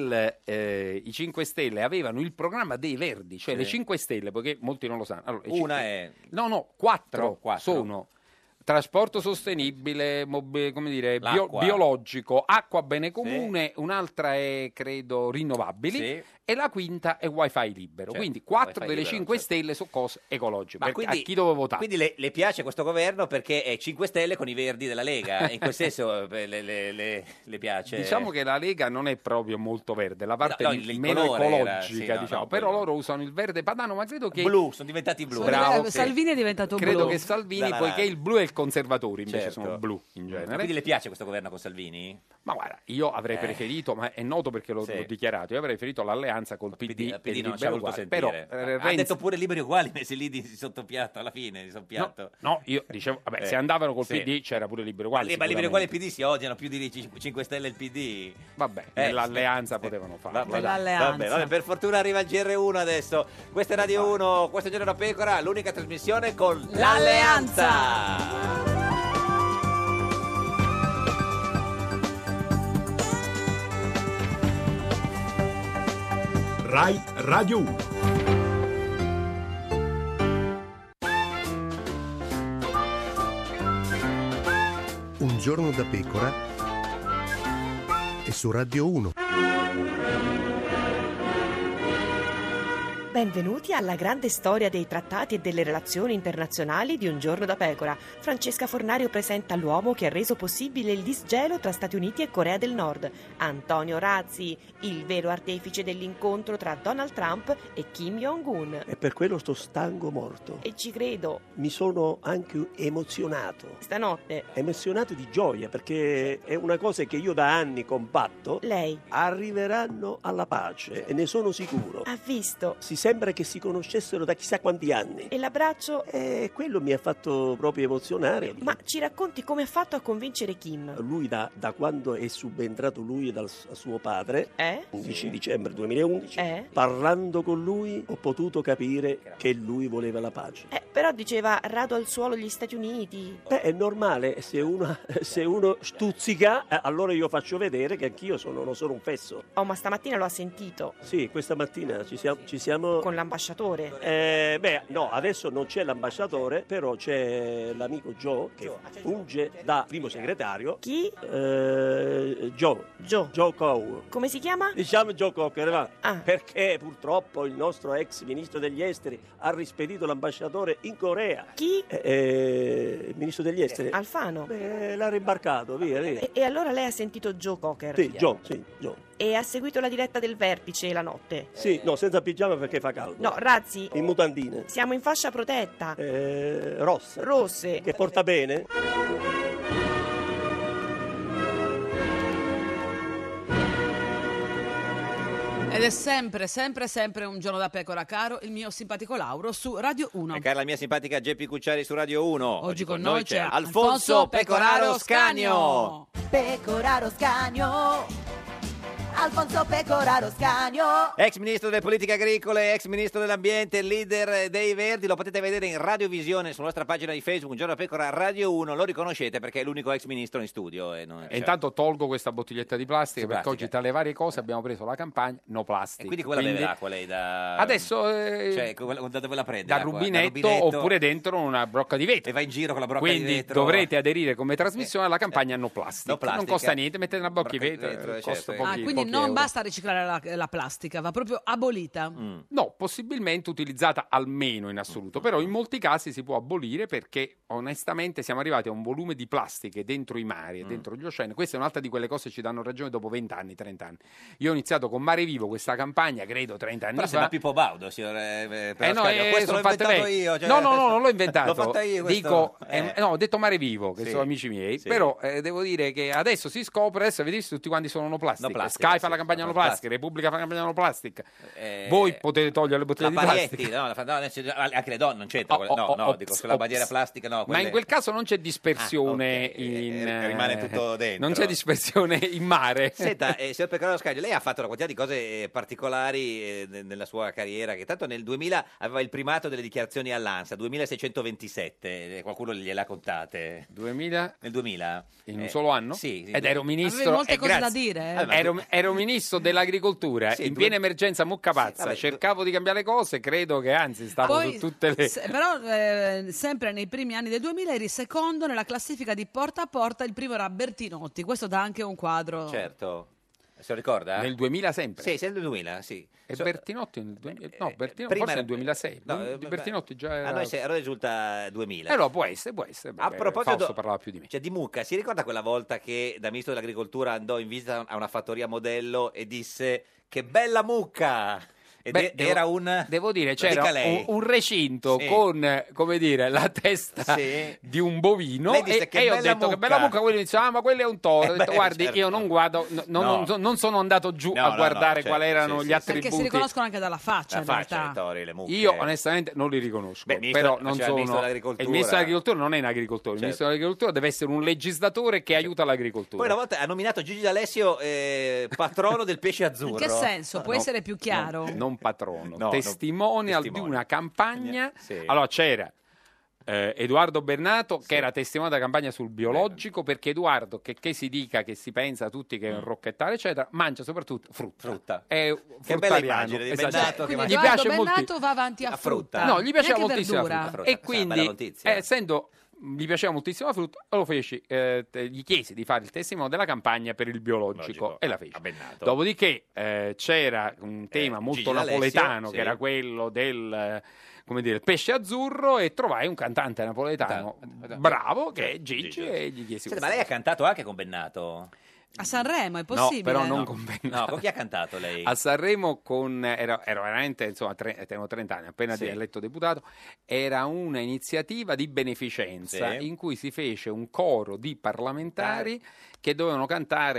i 5 Stelle avevano il programma dei Verdi, cioè
Sì.
le 5 Stelle, poiché molti non lo sanno. Allora,
Una è...
No, 4
Quattro.
sono trasporto sostenibile, come dire,
L'acqua.
biologico, acqua bene comune, un'altra è, credo, rinnovabili,
Sì.
e la quinta è wifi libero.
Certo,
Quindi 4
wifi
delle
libero,
5
certo.
Stelle sono cose ecologiche.
Ma
Perché
quindi,
a chi dove votare?
quindi le piace questo governo perché è 5 Stelle con i Verdi della Lega? In quel senso le piace?
Diciamo che la Lega non è proprio molto verde, la parte
No, il
meno
colore era,
ecologica,
sì, no,
diciamo.
no,
però
quello.
loro usano il verde padano, ma credo che...
Blu, sono diventati blu.
Bravo,
Salvini è diventato
credo
blu.
che Salvini,
Dalla
poiché
Rai.
il blu è il conservatore, invece
Certo.
sono blu in genere.
Quindi le piace questo governo con Salvini?
Ma guarda, io avrei preferito, ma è noto perché l'ho dichiarato, io avrei preferito l'alleanza col PD,
La
e
PD
i
non ci ha
Liberi
voluto
Uguali. Però
sentire. Ha
Renzi-
detto pure liberi uguali messi lì di sottopiatto alla fine, di soppiatto.
No, io dicevo, vabbè, se andavano col
sì.
PD c'era pure Liberi
Ma
Uguali.
ma liberi uguali e
sicuramente.
PD si odiano più di 5 Stelle e il PD.
Vabbè, nell'alleanza potevano farlo.
Vabbè,
dai.
vabbè, per fortuna arriva il GR1 adesso. Questa è Radio 1, questo è Giorno da Pecora, l'unica trasmissione con l'Alleanza.
Rai Radio 1. Un giorno da pecora e su Radio 1.
Benvenuti alla grande storia dei trattati e delle relazioni internazionali di Un giorno da pecora. Francesca Fornario presenta l'uomo che ha reso possibile il disgelo tra Stati Uniti e Corea del Nord, Antonio Razzi, il vero artefice dell'incontro tra Donald Trump e Kim Jong-un.
E per quello sto stanco morto.
E ci credo.
Mi sono anche emozionato.
Stanotte.
Emozionato di gioia perché è una cosa che io da anni combatto.
Lei
Arriveranno alla pace e ne sono sicuro.
ha visto.
Si sembra che si conoscessero da chissà quanti anni.
E l'abbraccio?
E quello mi ha fatto proprio emozionare.
Ma ci racconti come ha fatto a convincere Kim?
Lui da quando è subentrato lui dal suo padre, 11 dicembre 2011, parlando con lui ho potuto capire che lui voleva la pace.
Però diceva rado al suolo gli Stati Uniti.
È normale, se uno stuzzica, allora io faccio vedere che anch'io non sono un fesso.
Oh, ma stamattina lo ha sentito.
Sì, questa mattina ci siamo adesso...
Con l'ambasciatore.
No, adesso non c'è l'ambasciatore, però c'è l'amico Joe che funge da primo segretario.
Chi?
Joe Cow.
Come si chiama?
Diciamo Joe Cocker, va. Perché purtroppo il nostro ex ministro degli esteri ha rispedito l'ambasciatore in Corea.
Chi?
Il ministro degli esteri.
Alfano.
L'ha rimbarcato, via.
E allora lei ha sentito Joe Cocker?
Sì, Joe.
E ha seguito la diretta del Vertice la notte?
Sì, no, senza pigiama perché fa caldo.
No, Razzi.
In mutandine.
Siamo in fascia protetta.
Rosse. Che porta bene.
Ed è sempre un giorno da pecora, caro il mio simpatico Lauro su Radio 1.
E cara la mia simpatica Geppi Cucciari su Radio 1.
Oggi con noi c'è
Alfonso Pecoraro Scagno.
Pecoraro Scagno. Alfonso Pecoraro Scagno.
Ex ministro delle politiche agricole, ex ministro dell'ambiente, leader dei Verdi. Lo potete vedere in radiovisione sulla nostra pagina di Facebook, Un giorno da pecora Radio 1. Lo riconoscete perché è l'unico ex ministro in studio.
E intanto tolgo questa bottiglietta di plastica perché oggi tra le varie cose abbiamo preso la campagna no plastic.
E quindi quella beve l'acqua lei da...
Adesso
da dove la prende?
Dal rubinetto oppure dentro una brocca di vetro.
E va in giro con la brocca
quindi
di vetro.
dovrete aderire come trasmissione alla campagna no plastic.
No plastic.
Non costa niente, mettete una brocca di vetro, costa pochi,
quindi
pochi
non
euro.
basta riciclare la plastica, va proprio abolita.
No, possibilmente utilizzata almeno in assoluto, però in molti casi si può abolire perché onestamente siamo arrivati a un volume di plastiche dentro i mari e dentro gli oceani. Questa è un'altra di quelle cose che ci danno ragione dopo 20 anni, 30 anni. Io ho iniziato con Mare Vivo questa campagna, credo 30 anni
Però
fa.
sembra Pippo Baudo, signor
questo
l'ho inventato io.
No, non l'ho inventato.
L'ho fatta io questo.
Dico, no, ho detto Mare Vivo, che sono amici miei, però devo dire che adesso si scopre, adesso vedete tutti quanti sono no plastic. Sky fa la campagna no plastic, Repubblica fa la campagna no plastic. Voi potete togliere le bottiglie di plastica.
Anche le donne non c'entrano. Dico sulla bandiera plastica no.
Ma in quel caso non c'è dispersione
rimane tutto dentro.
Non c'è dispersione in mare.
Senta, signor Pecoraro Scagno, lei ha fatto una quantità di cose particolari nella sua carriera, che tanto nel 2000 aveva il primato delle dichiarazioni all'ANSA, 2627, qualcuno gliela contate?
2000?
Nel 2000.
In un solo anno?
Sì.
Ed ero ministro...
Avevi molte cose da dire.
Ero ministro dell'agricoltura, in piena emergenza mucca pazza, cercavo di cambiare le cose, credo che anzi stavo su tutte le...
Però sempre nei primi anni del 2000 eri secondo nella classifica di porta a porta, il primo era Bertinotti, questo dà anche un quadro.
Certo. Se lo ricorda?
Nel 2000 sempre?
Sì, nel 2000, sì.
E Bertinotti nel 2000? No, Bertinotti
prima
forse
era...
nel 2006.
No,
Bertinotti già era...
A noi risulta 2000.
Allora può essere.
A proposito,
Fausto parlava più di me.
Cioè di mucca, si ricorda quella volta che da ministro dell'agricoltura andò in visita a una fattoria modello e disse che bella mucca?
Devo dire, c'era un recinto con, come dire, la testa di un bovino e ho detto che bella mucca. Quello diceva, ma quello è un toro. Ho detto, guardi, io non guardo, non sono andato giù a guardare quali erano gli attributi.
Perché si riconoscono anche dalla faccia, in realtà.
Tori, le mucche.
Io onestamente non li riconosco, però non sono... Il ministro dell'agricoltura non è un agricoltore, il ministro dell'agricoltura deve essere un legislatore che aiuta l'agricoltura.
Poi una volta ha nominato Gigi D'Alessio patrono del pesce azzurro.
In che senso? Può essere più chiaro?
Non patrono, testimonial di una campagna. Allora c'era Edoardo Bernato che era testimone della campagna sul biologico, perché Edoardo, che si dica, che si pensa a tutti che è un rocchettare eccetera, mangia soprattutto frutta. È
che bella immagine di Bernato,
quindi gli piace Bernato va avanti a frutta.
No, gli piaceva moltissimo
verdura.
la frutta. E quindi essendo gli piaceva moltissimo la frutta, lo feci, gli chiesi di fare il testimone della campagna per il biologico e la feci. Dopodiché c'era un tema molto napoletano, che era quello del pesce azzurro, e trovai un cantante napoletano bravo che è Gigi e gli chiesi
ma lei ha cantato anche con Bennato?
A Sanremo è possibile?
No, però non con Bennato.
No, con chi ha cantato lei?
A Sanremo ero veramente, insomma, avevo 30 anni, appena eletto deputato, era una iniziativa di beneficenza in cui si fece un coro di parlamentari che dovevano cantare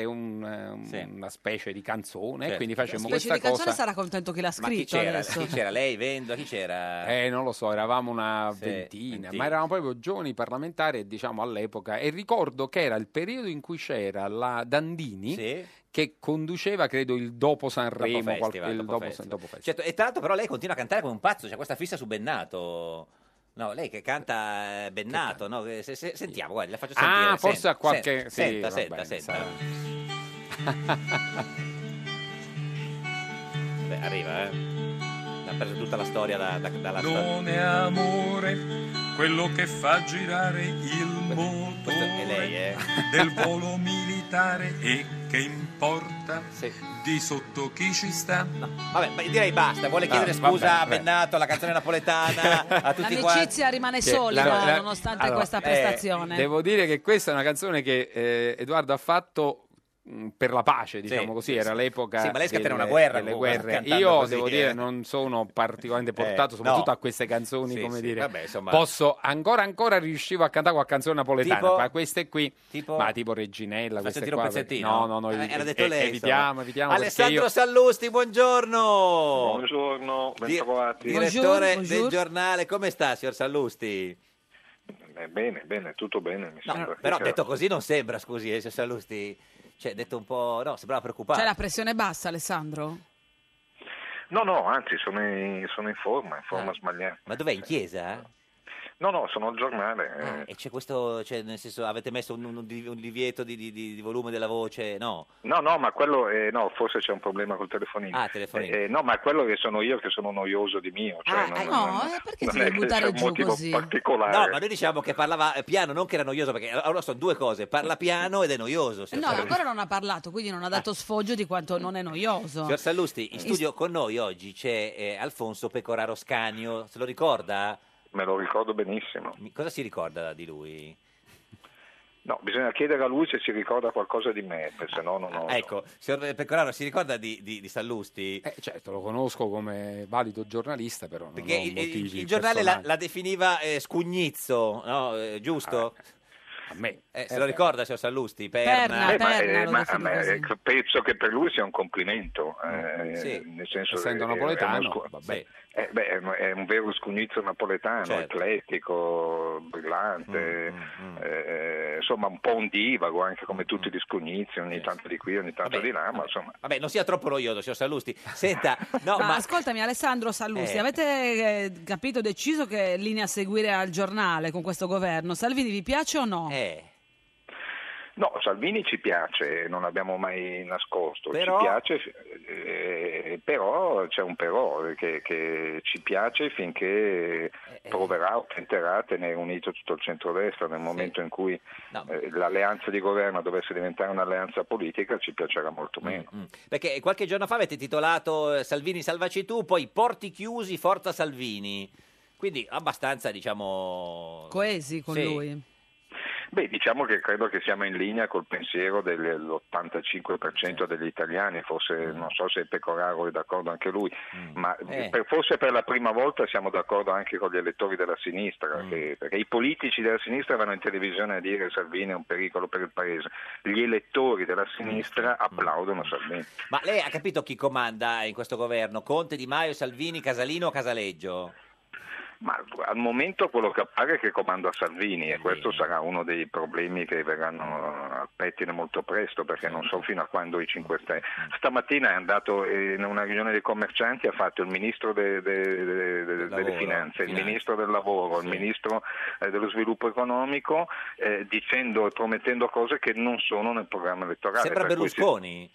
una specie di canzone, quindi facemmo questa cosa.
Specie di canzone, sarà contento chi l'ha scritto adesso.
Chi c'era? Lei, Vendo? Chi c'era?
Non lo so, eravamo una ventina, ma eravamo proprio giovani parlamentari, diciamo, all'epoca, e ricordo che era il periodo in cui c'era la Dandini che conduceva, credo, il dopo Sanremo, il dopo festival.
Certo, e tra l'altro però lei continua a cantare come un pazzo, c'è questa fissa su Bennato. No, lei che canta Bennato, no? Sentiamo, guarda, la faccio sentire.
Forse a qualche...
Senta. Beh, arriva, preso tutta la storia dalla
Non è amore quello che fa girare il motore
è lei,
del volo militare e che importa di sotto chi ci sta.
Vabbè, ma direi basta. Vuole chiedere scusa a Bennato, alla canzone napoletana, a tutti quanti.
L'amicizia rimane solida nonostante questa prestazione.
Devo dire che questa è una canzone che Edoardo ha fatto per la pace, diciamo così, era l'epoca
sì, ma lei scatena una guerra,
delle guerre. Io devo dire non sono particolarmente portato soprattutto a queste canzoni, come dire,
vabbè, insomma.
posso ancora riuscivo a cantare qualche canzone napoletana,
tipo?
ma queste qui
tipo
Reginella, queste qua,
un pezzettino?
no,
era detto lei,
evitiamo
Alessandro Sallusti, buongiorno.
Buongiorno, bentrovati.
Direttore del giornale, come sta, signor Sallusti?
Bene, tutto bene, mi sembra.
Però detto così non sembra, scusi, signor Sallusti. Cioè, detto un po'... No, sembrava preoccupato.
C'è la pressione bassa, Alessandro?
No, anzi, sono in forma sbagliata.
Ma dov'è, in chiesa?
No, sono al giornale.
E c'è questo... Cioè, nel senso, avete messo un divieto di volume della voce? No?
No, ma quello... no, forse c'è un problema col telefonino.
Telefonino.
No, ma quello che sono io che sono noioso di mio. Cioè,
perché ti devi buttare giù così?
Particolare.
No, ma noi diciamo che parlava piano, non che era noioso, perché allora sono due cose. Parla piano ed è noioso.
No, ancora non ha parlato, quindi non ha dato sfoggio di quanto non è noioso.
Signor Sallusti, in studio con noi oggi c'è Alfonso Pecoraro Scanio. Se lo ricorda?
Me lo ricordo benissimo.
Cosa si ricorda di lui?
No, bisogna chiedere a lui se si ricorda qualcosa di me, se no non ho...
Ecco, signor Pecoraro, si ricorda di Sallusti?
Certo, lo conosco come valido giornalista, però
perché
non ho motivi
il giornale
personali.
la definiva scugnizzo, no? Giusto?
A me.
Se lo ricorda, signor Sallusti?
Perna,
penso che per lui sia un complimento, nel senso
essendo napoletano, vabbè.
È un vero scugnizzo napoletano, eclettico, brillante, insomma un po' un divago, anche come tutti gli scugnizi, ogni tanto di qui, ogni tanto di là, ma insomma...
Vabbè, non sia troppo noioso, signor Sallusti. Senta, no,
ma ascoltami Alessandro Sallusti, avete capito, deciso che linea seguire al giornale con questo governo? Salvini vi piace o no?
No, Salvini ci piace, non l'abbiamo mai nascosto,
però...
ci piace, però c'è un però, che ci piace finché proverà o tenterà a tenere unito tutto il centrodestra. Nel momento in cui l'alleanza di governo dovesse diventare un'alleanza politica ci piacerà molto meno.
Perché qualche giorno fa avete titolato Salvini salvaci tu, poi porti chiusi, forza Salvini, quindi abbastanza diciamo...
coesi con lui.
Beh, diciamo che credo che siamo in linea col pensiero dell'85% degli italiani, forse non so se Pecoraro è d'accordo anche lui, ma forse per la prima volta siamo d'accordo anche con gli elettori della sinistra, perché i politici della sinistra vanno in televisione a dire Salvini è un pericolo per il paese, gli elettori della sinistra applaudono Salvini.
Ma lei ha capito chi comanda in questo governo? Conte, Di Maio, Salvini, Casalino o Casaleggio?
Ma al momento quello che appare è che comanda Salvini e questo sarà uno dei problemi che verranno al pettine molto presto, perché non so fino a quando i 5 Stelle. Stamattina è andato in una riunione dei commercianti, ha fatto il ministro delle finanze, il ministro del lavoro, il ministro dello sviluppo economico, promettendo cose che non sono nel programma elettorale.
Sembra Berlusconi.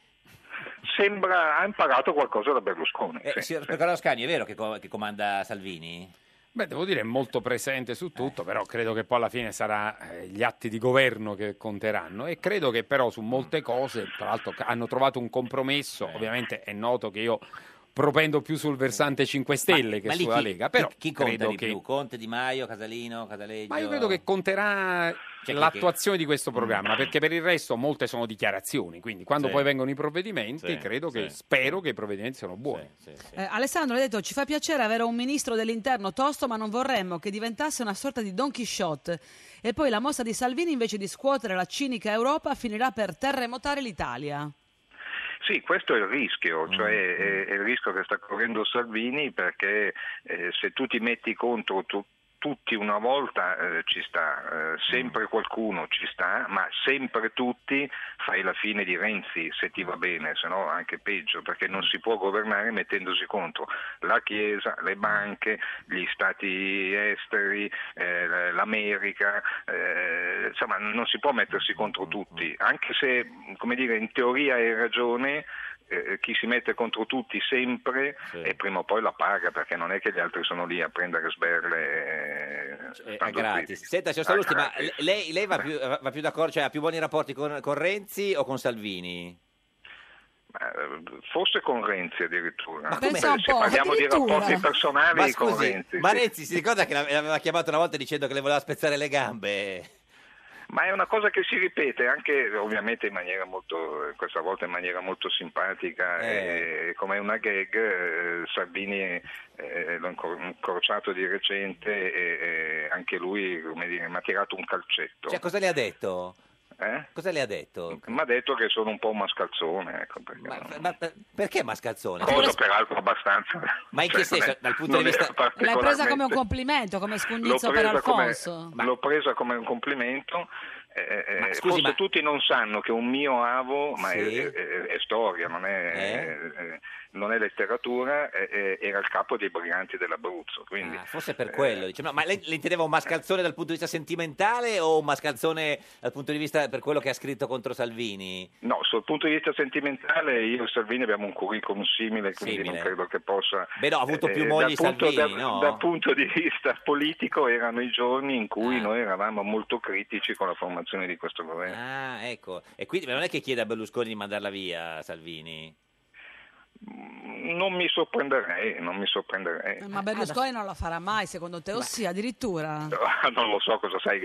Ha imparato qualcosa da Berlusconi.
Signor Pecoraro Scanio, è vero che comanda Salvini?
Beh, devo dire è molto presente su tutto, però credo che poi alla fine sarà gli atti di governo che conteranno e credo che però su molte cose, tra l'altro hanno trovato un compromesso, ovviamente è noto che io propendo più sul versante 5 Stelle che sulla Lega, però
chi conta di più? Conte, Di Maio, Casalino, Casaleggio?
Ma io credo che conterà l'attuazione di questo programma, perché per il resto molte sono dichiarazioni, quindi quando poi vengono i provvedimenti spero che i provvedimenti siano buoni.
Alessandro ha detto ci fa piacere avere un ministro dell'interno tosto, ma non vorremmo che diventasse una sorta di Don Chisciotte e poi la mossa di Salvini invece di scuotere la cinica Europa finirà per terremotare l'Italia.
Sì, questo è il rischio, cioè è il rischio che sta correndo Salvini, perché se tu ti metti contro tutti una volta ci sta, sempre qualcuno ci sta, ma sempre tutti fai la fine di Renzi se ti va bene, se no anche peggio, perché non si può governare mettendosi contro la Chiesa, le banche, gli stati esteri, l'America, insomma non si può mettersi contro tutti, anche se, come dire, in teoria hai ragione. chi si mette contro tutti sempre e prima o poi la paga, perché non è che gli altri sono lì a prendere sberle
gratis. Senta, signor Sallusti, ma lei va più d'accordo, cioè ha più buoni rapporti con Renzi o con Salvini?
Forse con Renzi addirittura.
Ma come?
Se parliamo di rapporti personali,
Ma
con
scusi,
Renzi.
ma
sì.
Renzi si ricorda che l'aveva chiamato una volta dicendo che le voleva spezzare le gambe?
Ma è una cosa che si ripete anche ovviamente in maniera questa volta in maniera molto simpatica, e come una gag. Salvini l'ho incrociato di recente e anche lui, come dire, mi ha tirato un calcetto.
Cioè, cosa le ha detto? Cosa le ha detto?
Mi ha detto che sono un po' un mascalzone, ecco,
Ma perché mascalzone?
cosa peraltro abbastanza.
Ma in che senso? Dal punto di vista...
L'hai presa come un complimento, come scugnizzo per Alfonso?
L'ho presa come un complimento. Forse tutti non sanno che un mio avo, ma è storia, non è letteratura, era il capo dei briganti dell'Abruzzo. Quindi,
forse per quello. Dice, ma lei intendeva un mascalzone dal punto di vista sentimentale o un mascalzone dal punto di vista per quello che ha scritto contro Salvini?
No, sul punto di vista sentimentale io e Salvini abbiamo un curriculum simile, quindi non credo che possa...
Beh no, ha avuto più mogli Salvini, no?
Dal punto di vista politico erano i giorni in cui noi eravamo molto critici con la formazione di questo governo.
Ah, ecco. E quindi non è che chiede a Berlusconi di mandarla via, Salvini?
Non mi sorprenderei.
Ma Berlusconi non lo farà mai, secondo te? O sì, addirittura?
Non lo so cosa sai.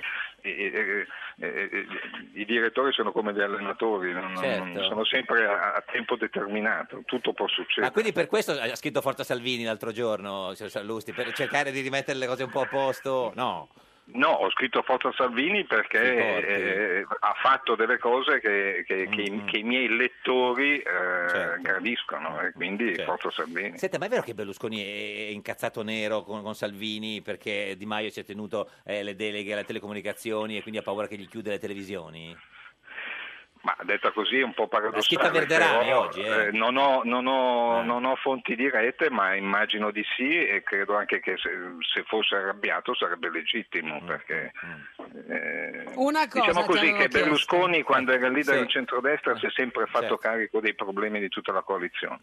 I direttori sono come gli allenatori, sono sempre a tempo determinato, tutto può succedere.
Ma quindi per questo ha scritto Forza Salvini l'altro giorno, signor Sallusti, per cercare di rimettere le cose un po' a posto? No.
No, ho scritto Forza Salvini perché ha fatto delle cose che i miei lettori gradiscono, e quindi Forza Salvini.
Senta, ma è vero che Berlusconi è incazzato nero con Salvini perché Di Maio si è tenuto le deleghe alle telecomunicazioni e quindi ha paura che gli chiude le televisioni?
Ma detta così è un po' paradossale.
Scritta Verderami oggi.
Non ho fonti dirette, ma immagino di sì, e credo anche che se fosse arrabbiato sarebbe legittimo, perché
una cosa
diciamo così che
chiesto.
Berlusconi quando era leader del centrodestra si è sempre fatto carico dei problemi di tutta la coalizione.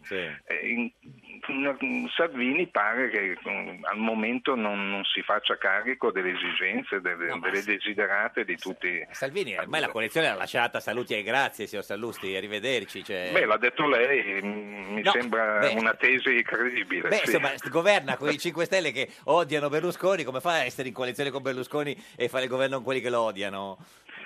Salvini pare che al momento non si faccia carico delle esigenze, delle desiderate di tutti.
Salvini ormai la coalizione l'ha lasciata, saluti e grazie signor Sallusti, arrivederci.
Beh, l'ha detto lei, mi sembra una tesi credibile.
Insomma, governa con i 5 Stelle che odiano Berlusconi, come fa a essere in coalizione con Berlusconi e fare il governo con quelli che lo odiano?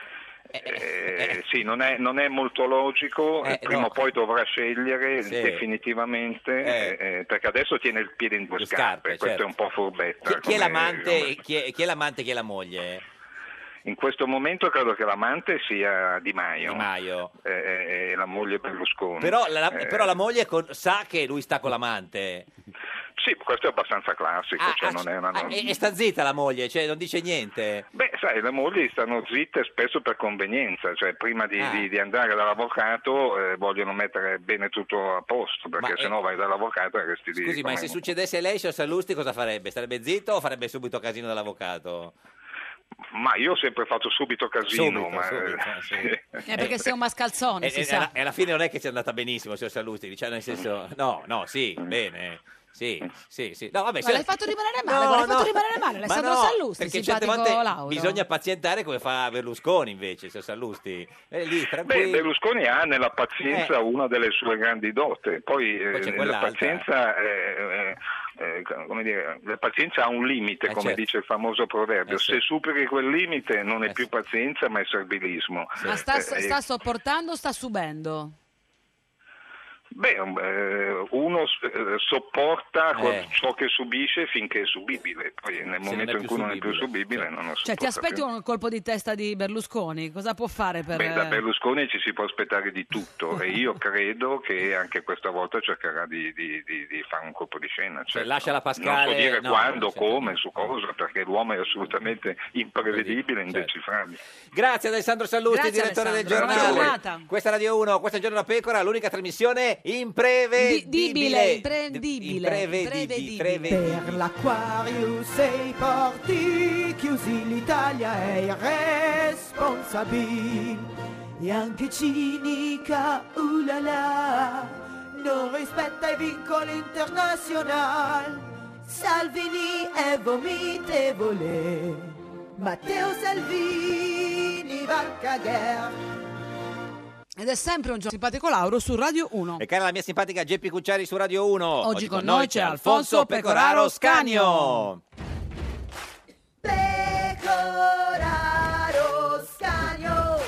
Sì, non è molto logico, prima o poi dovrà scegliere definitivamente, perché adesso tiene il piede in due scarpe, questo è un po' furbetta.
Chi è l'amante, chi è l'amante e chi è la moglie?
In questo momento credo che l'amante sia Di Maio. E la moglie Berlusconi.
Però la moglie sa che lui sta con l'amante.
Sì, questo è abbastanza classico. Non è una...
E sta zitta la moglie, cioè non dice niente?
Beh, sai, le mogli stanno zitte spesso per convenienza, cioè prima di andare dall'avvocato vogliono mettere bene tutto a posto, perché sennò vai dall'avvocato e resti lì.
Scusi, ma se succedesse a lei, signor Sallusti, cosa farebbe? Starebbe zitto o farebbe subito casino dall'avvocato?
Ma io ho sempre fatto subito casino.
È perché sei un mascalzone, si sa.
E alla fine non è che sia andata benissimo, signor Sallusti, diciamo, nel senso, bene. Sì. No, vabbè,
ma l'hai fatto rimanere male, Alessandro Sallusti,
perché certe
simpatico
volte
Lauro.
bisogna pazientare come fa Berlusconi invece, signor Sallusti. Lì,
Beh, Berlusconi ha nella pazienza una delle sue grandi dote, poi la pazienza come dire, la pazienza ha un limite, come dice il famoso proverbio. Se superi quel limite non è più pazienza, ma è servilismo.
Ma sta sopportando o sta subendo?
Beh, uno sopporta ciò che subisce finché è subibile, poi nel momento in cui non è più subibile non lo sopporta.
Cioè ti aspetti un colpo di testa di Berlusconi? Cosa può fare per...
Beh, da Berlusconi ci si può aspettare di tutto e io credo che anche questa volta cercherà di fare un colpo di scena.
Cioè, lascia la Pascale...
Non so dire quando, come, su cosa, perché l'uomo è assolutamente imprevedibile, indecifrabile.
Grazie ad Alessandro Sallusti, direttore del giornale. Questa è Radio 1, questa è Giorno da Pecora, l'unica trasmissione imprevedibile.
Per l'Aquarius e i porti chiusi l'Italia è irresponsabile e anche cinica, ulala, non rispetta i vincoli internazionali. Salvini è vomitevole, Matteo Salvini va a cagare.
Ed è sempre un giorno simpatico Lauro su Radio 1.
E cara la mia simpatica Geppi Cucciari su Radio 1.
Oggi con noi c'è Alfonso Pecoraro Scanio.
Pecoraro Scanio.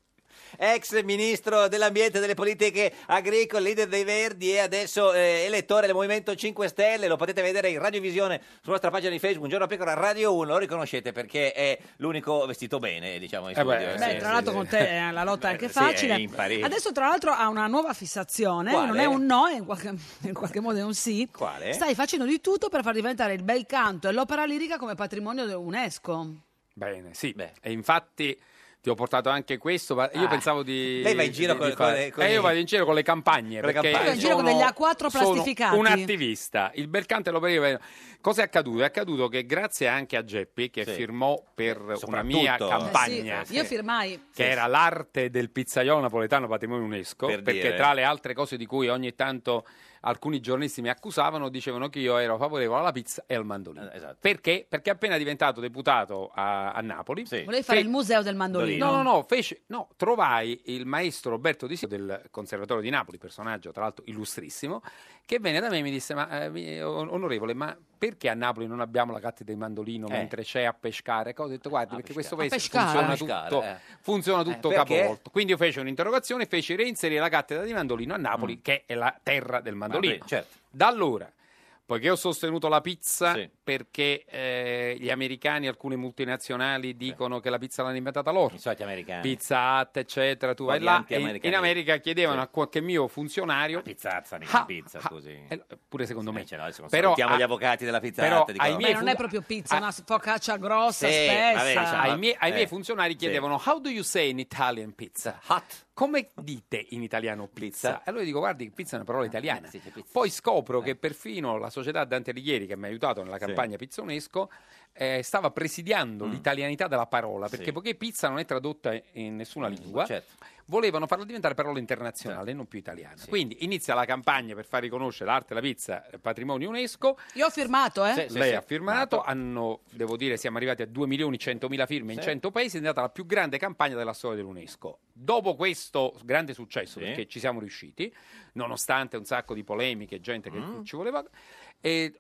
Ex ministro dell'ambiente e delle politiche agricole, leader dei Verdi e adesso elettore del Movimento 5 Stelle. Lo potete vedere in radiovisione sulla nostra pagina di Facebook, Un Giorno da Pecora Radio 1. Lo riconoscete perché è l'unico vestito bene, diciamo, in studio.
Tra l'altro con te la lotta è anche facile. Adesso tra l'altro ha una nuova fissazione.
Quale?
Non è un no, in qualche modo è un sì.
Quale?
Stai facendo di tutto per far diventare il bel canto e l'opera lirica come patrimonio dell'UNESCO.
Bene, sì. E infatti ti ho portato anche questo, ma io pensavo di...
Lei va in giro con
io vado in giro con le campagne.
Vai in giro con degli A4 plastificati.
Sono un attivista. Il bel canto e l'opera. Cosa è accaduto? È accaduto che grazie anche a Geppi, che firmò per una mia campagna,
Io firmai.
che era l'arte del pizzaiolo napoletano patrimonio UNESCO,
Per
perché
dire.
tra le altre cose di cui ogni tanto alcuni giornalisti mi accusavano, dicevano che io ero favorevole alla pizza e al mandolino.
Esatto.
Perché? Perché appena diventato deputato a Napoli...
Volevi fare il museo del mandolino.
No, trovai il maestro Roberto Di Sio del Conservatorio di Napoli, personaggio tra l'altro illustrissimo, che venne da me e mi disse: onorevole, ma perché a Napoli non abbiamo la cattedra di mandolino mentre c'è a pescare? Ho detto: guardi, perché questo paese funziona tutto
perché?
capovolto. Quindi io feci un'interrogazione e feci reinserire la cattedra di mandolino a Napoli, che è la terra del mandolino.
Certo.
Da allora, poiché ho sostenuto la pizza, perché gli americani, alcune multinazionali dicono che la pizza l'hanno inventata loro,
I soliti americani.
Pizza Hut, eccetera, tu vai là e in America chiedevano a qualche mio funzionario
Pizzazza, mica pizza, scusi.
pure secondo me,
Però
però
gli avvocati della Pizza
però
Hut dicono,
Non è proprio pizza, una focaccia grossa, spessa.
ai miei funzionari chiedevano: how do you say in Italian pizza?
Hot.
Come dite in italiano pizza? E allora dico: guardi, pizza è una parola italiana. Poi scopro che perfino la società Dante Alighieri, che mi ha aiutato nella campagna Pizza UNESCO, stava presidiando l'italianità della parola, perché poiché pizza non è tradotta in nessuna lingua, volevano farla diventare parola internazionale, non più italiana. Quindi inizia la campagna per far riconoscere l'arte della pizza patrimonio UNESCO.
Io ho firmato,
Lei ha firmato, devo dire, siamo arrivati a 2.100.000 firme in 100 paesi, è stata la più grande campagna della storia dell'UNESCO. Dopo questo grande successo, perché ci siamo riusciti, nonostante un sacco di polemiche, gente che ci voleva, è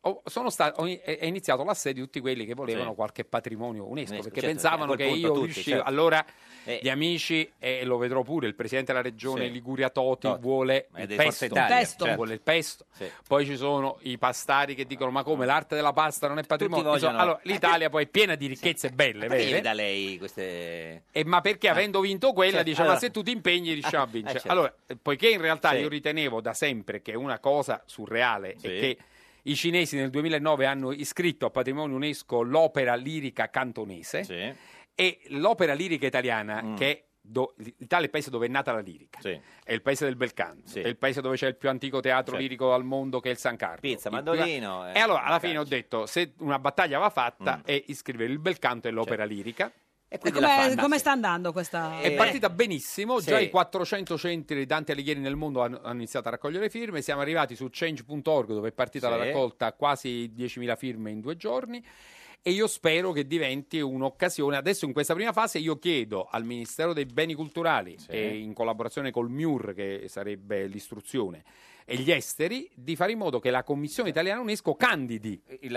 iniziato l'assedio di tutti quelli che volevano qualche patrimonio UNESCO, perché pensavano che io riuscivo. Allora gli amici, e lo vedrò pure, il presidente della regione Liguria Toti vuole il pesto, vuole il pesto. Poi ci sono i pastari che dicono: ma come, l'arte della pasta non è patrimonio? Allora, l'Italia poi è piena di ricchezze belle,
perché
vere?
da lei queste...
Ma perché avendo vinto quella dice: ma se tu ti impegni riusciamo a vincere. Allora, poiché in realtà io ritenevo da sempre che una cosa surreale è che i cinesi nel 2009 hanno iscritto a patrimonio UNESCO l'opera lirica cantonese e l'opera lirica italiana, che è l'Italia è il paese dove è nata la lirica, è il paese del bel canto, è il paese dove c'è il più antico teatro lirico al mondo, che è il San Carlo.
Pizza, mandolino.
E allora alla fine ho detto: se una battaglia va fatta è iscrivere il bel canto e l'opera lirica.
E come sta andando questa?
È partita benissimo, già i 400 centri di Dante Alighieri nel mondo hanno iniziato a raccogliere firme, siamo arrivati su change.org, dove è partita la raccolta, quasi 10.000 firme in 2 giorni, e io spero che diventi un'occasione. Adesso in questa prima fase io chiedo al Ministero dei Beni Culturali, e in collaborazione col MIUR, che sarebbe l'istruzione, e gli esteri, di fare in modo che la Commissione Italiana UNESCO candidi,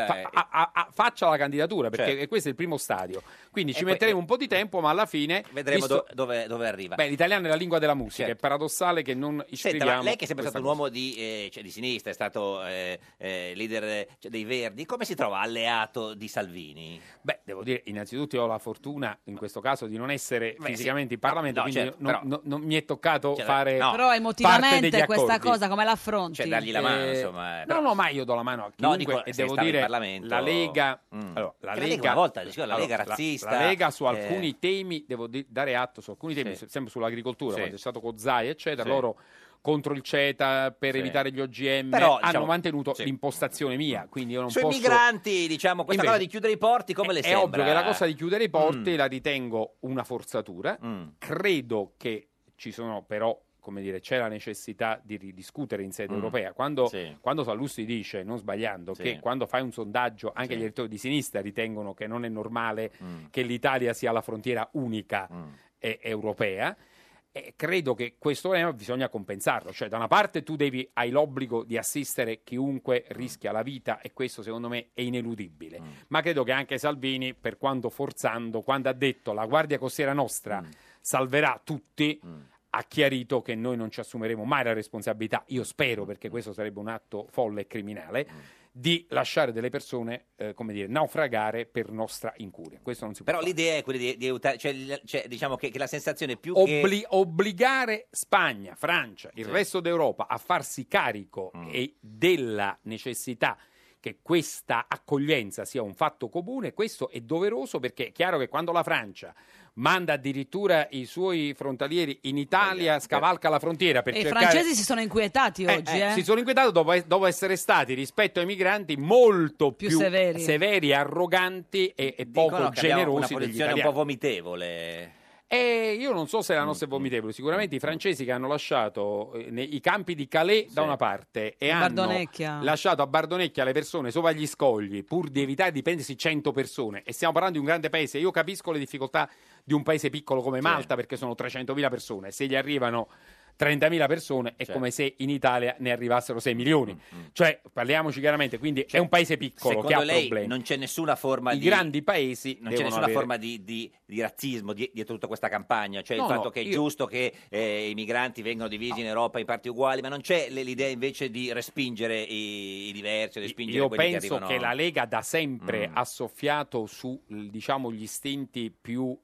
faccia la candidatura, perché questo è il primo stadio. Quindi ci metteremo un po' di tempo, ma alla fine
vedremo dove arriva.
Beh, l'italiano è la lingua della musica, è paradossale che non iscriviamo.
Ma lei che è sempre stato un uomo di sinistra, è stato leader dei Verdi, come si trova alleato di Salvini?
Beh, devo dire, innanzitutto io ho la fortuna in questo caso di non essere fisicamente in Parlamento, quindi non mi è toccato fare
però emotivamente questa cosa come la affronti?
Cioè dargli la mano, insomma.
No, ma io do la mano a chiunque, e devo dire la Lega, la Lega,
una volta diceva la Lega razzista.
La Lega su alcuni temi, devo dare atto, su alcuni temi, sempre sull'agricoltura, quando c'è stato Cozai, eccetera, loro contro il CETA per evitare gli OGM, però, hanno mantenuto l'impostazione mia, quindi io non
sui
posso...
migranti, diciamo, questa cosa di chiudere i porti, come le sembra?
È ovvio che la cosa di chiudere i porti la ritengo una forzatura, credo che ci sono però come dire, c'è la necessità di ridiscutere in sede europea. Quando Sallusti dice, non sbagliando, che quando fai un sondaggio anche gli elettori di sinistra ritengono che non è normale che l'Italia sia la frontiera unica europea, credo che questo problema bisogna compensarlo, cioè da una parte tu hai l'obbligo di assistere chiunque rischia la vita, e questo secondo me è ineludibile, ma credo che anche Salvini, per quanto forzando, quando ha detto la Guardia Costiera nostra salverà tutti, ha chiarito che noi non ci assumeremo mai la responsabilità, io spero, perché questo sarebbe un atto folle e criminale, di lasciare delle persone, come dire, naufragare per nostra incuria. Questo non si può
Però
fare.
l'idea è quella di aiutare, cioè diciamo che la sensazione più
Obbligare Spagna, Francia, il resto d'Europa a farsi carico della necessità che questa accoglienza sia un fatto comune, questo è doveroso, perché è chiaro che quando la Francia manda addirittura i suoi frontalieri in Italia, scavalca la frontiera per
E i
cercare...
francesi si sono inquietati oggi.
Si sono inquietati dopo essere stati, rispetto ai migranti, molto più severi, arroganti e poco
che abbiamo
generosi
una
degli
posizione un
italiani.
po' vomitevole.
Io non so se la nostra è vomitevole, sicuramente i francesi che hanno lasciato i campi di Calais da una parte e hanno
Bardonecchia.
lasciato a Bardonecchia le persone sopra gli scogli pur di evitare di prendersi 100 persone, e stiamo parlando di un grande paese, io capisco le difficoltà di un paese piccolo come Malta, perché sono 300.000 persone, se gli arrivano 30.000 persone è come se in Italia ne arrivassero 6 milioni. Cioè, parliamoci chiaramente, quindi è un paese piccolo che ha
Secondo lei
problemi.
non c'è nessuna forma
I grandi paesi
non c'è
devono
nessuna
avere...
forma di razzismo dietro tutta questa campagna, cioè il
No,
fatto
no,
che è
io-
giusto che i migranti vengano divisi in Europa in parti uguali, ma non c'è l'idea invece di respingere i diversi, respingere
Io
quelli
penso
che arrivano...
che la Lega da sempre ha soffiato su, diciamo, gli istinti più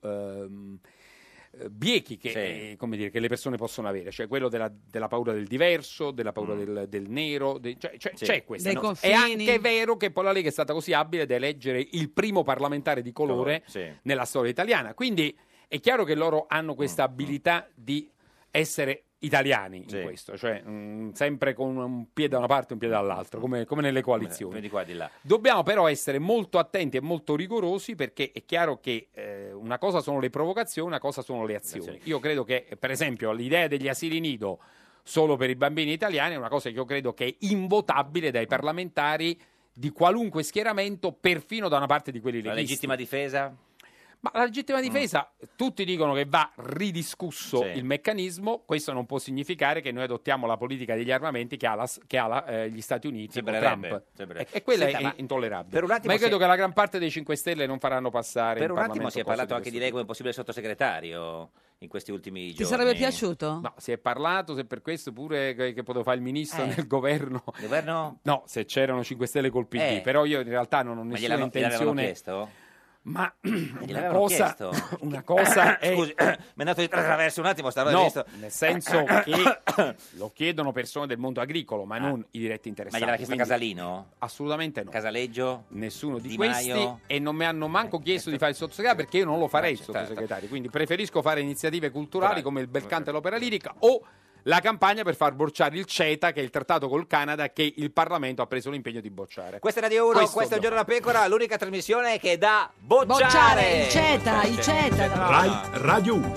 biechi che, come dire, che le persone possono avere, cioè quello della paura del diverso, della paura del nero, c'è questa.
Dei
No?
confini.
È anche vero che poi la Lega è stata così abile da eleggere il primo parlamentare di colore nella storia italiana, quindi è chiaro che loro hanno questa abilità di essere italiani in questo, cioè sempre con un piede da una parte e un piede dall'altra, come nelle coalizioni.
Di qua, di là.
Dobbiamo però essere molto attenti e molto rigorosi, perché è chiaro che una cosa sono le provocazioni, una cosa sono le azioni. Io credo che, per esempio, l'idea degli asili nido solo per i bambini italiani è una cosa che io credo che è invotabile dai parlamentari di qualunque schieramento, perfino da una parte di quelli
La
leghisti.
legittima difesa?
Ma la legittima difesa, tutti dicono che va ridiscusso il meccanismo, questo non può significare che noi adottiamo la politica degli armamenti che ha gli Stati Uniti con Trump. E quella
Senta,
è
ma
intollerabile.
per un attimo
Ma io credo
si-
che la gran parte dei 5 Stelle non faranno passare
Per
in
un attimo
Parlamento
si è
cose
parlato anche di lei
questo
come possibile sottosegretario in questi ultimi giorni.
Ti sarebbe piaciuto?
No, si è parlato, se per questo pure che poteva fare il ministro nel governo.
Governo?
No, se c'erano 5 Stelle col PD,
Eh.
però io in realtà non ho
Ma
nessuna
gliel'avevano
intenzione.
chiesto?
Ma
Gliel'avevano chiesto?
una cosa è...
Scusi, mi è andato di attraverso un attimo, stavo
No,
visto.
nel senso che lo chiedono persone del mondo agricolo, ma non i diretti
Ma
interessati.
gliel'aveva chiesto
quindi-
Casalino?
Assolutamente no.
Casaleggio?
Nessuno di,
Di
questi
Maio?
e non mi hanno manco chiesto di fare il sottosegretario, perché io non lo farei il
certo.
sottosegretario, quindi preferisco fare iniziative culturali come il bel canto e l'opera lirica o la campagna per far bocciare il CETA, che è il trattato col Canada che il Parlamento ha preso l'impegno di bocciare.
Questa è Radio 1, questo è Un Giorno da Pecora, l'unica trasmissione che è da bocciare.
Bocciare, il CETA.
Rai Radio 1.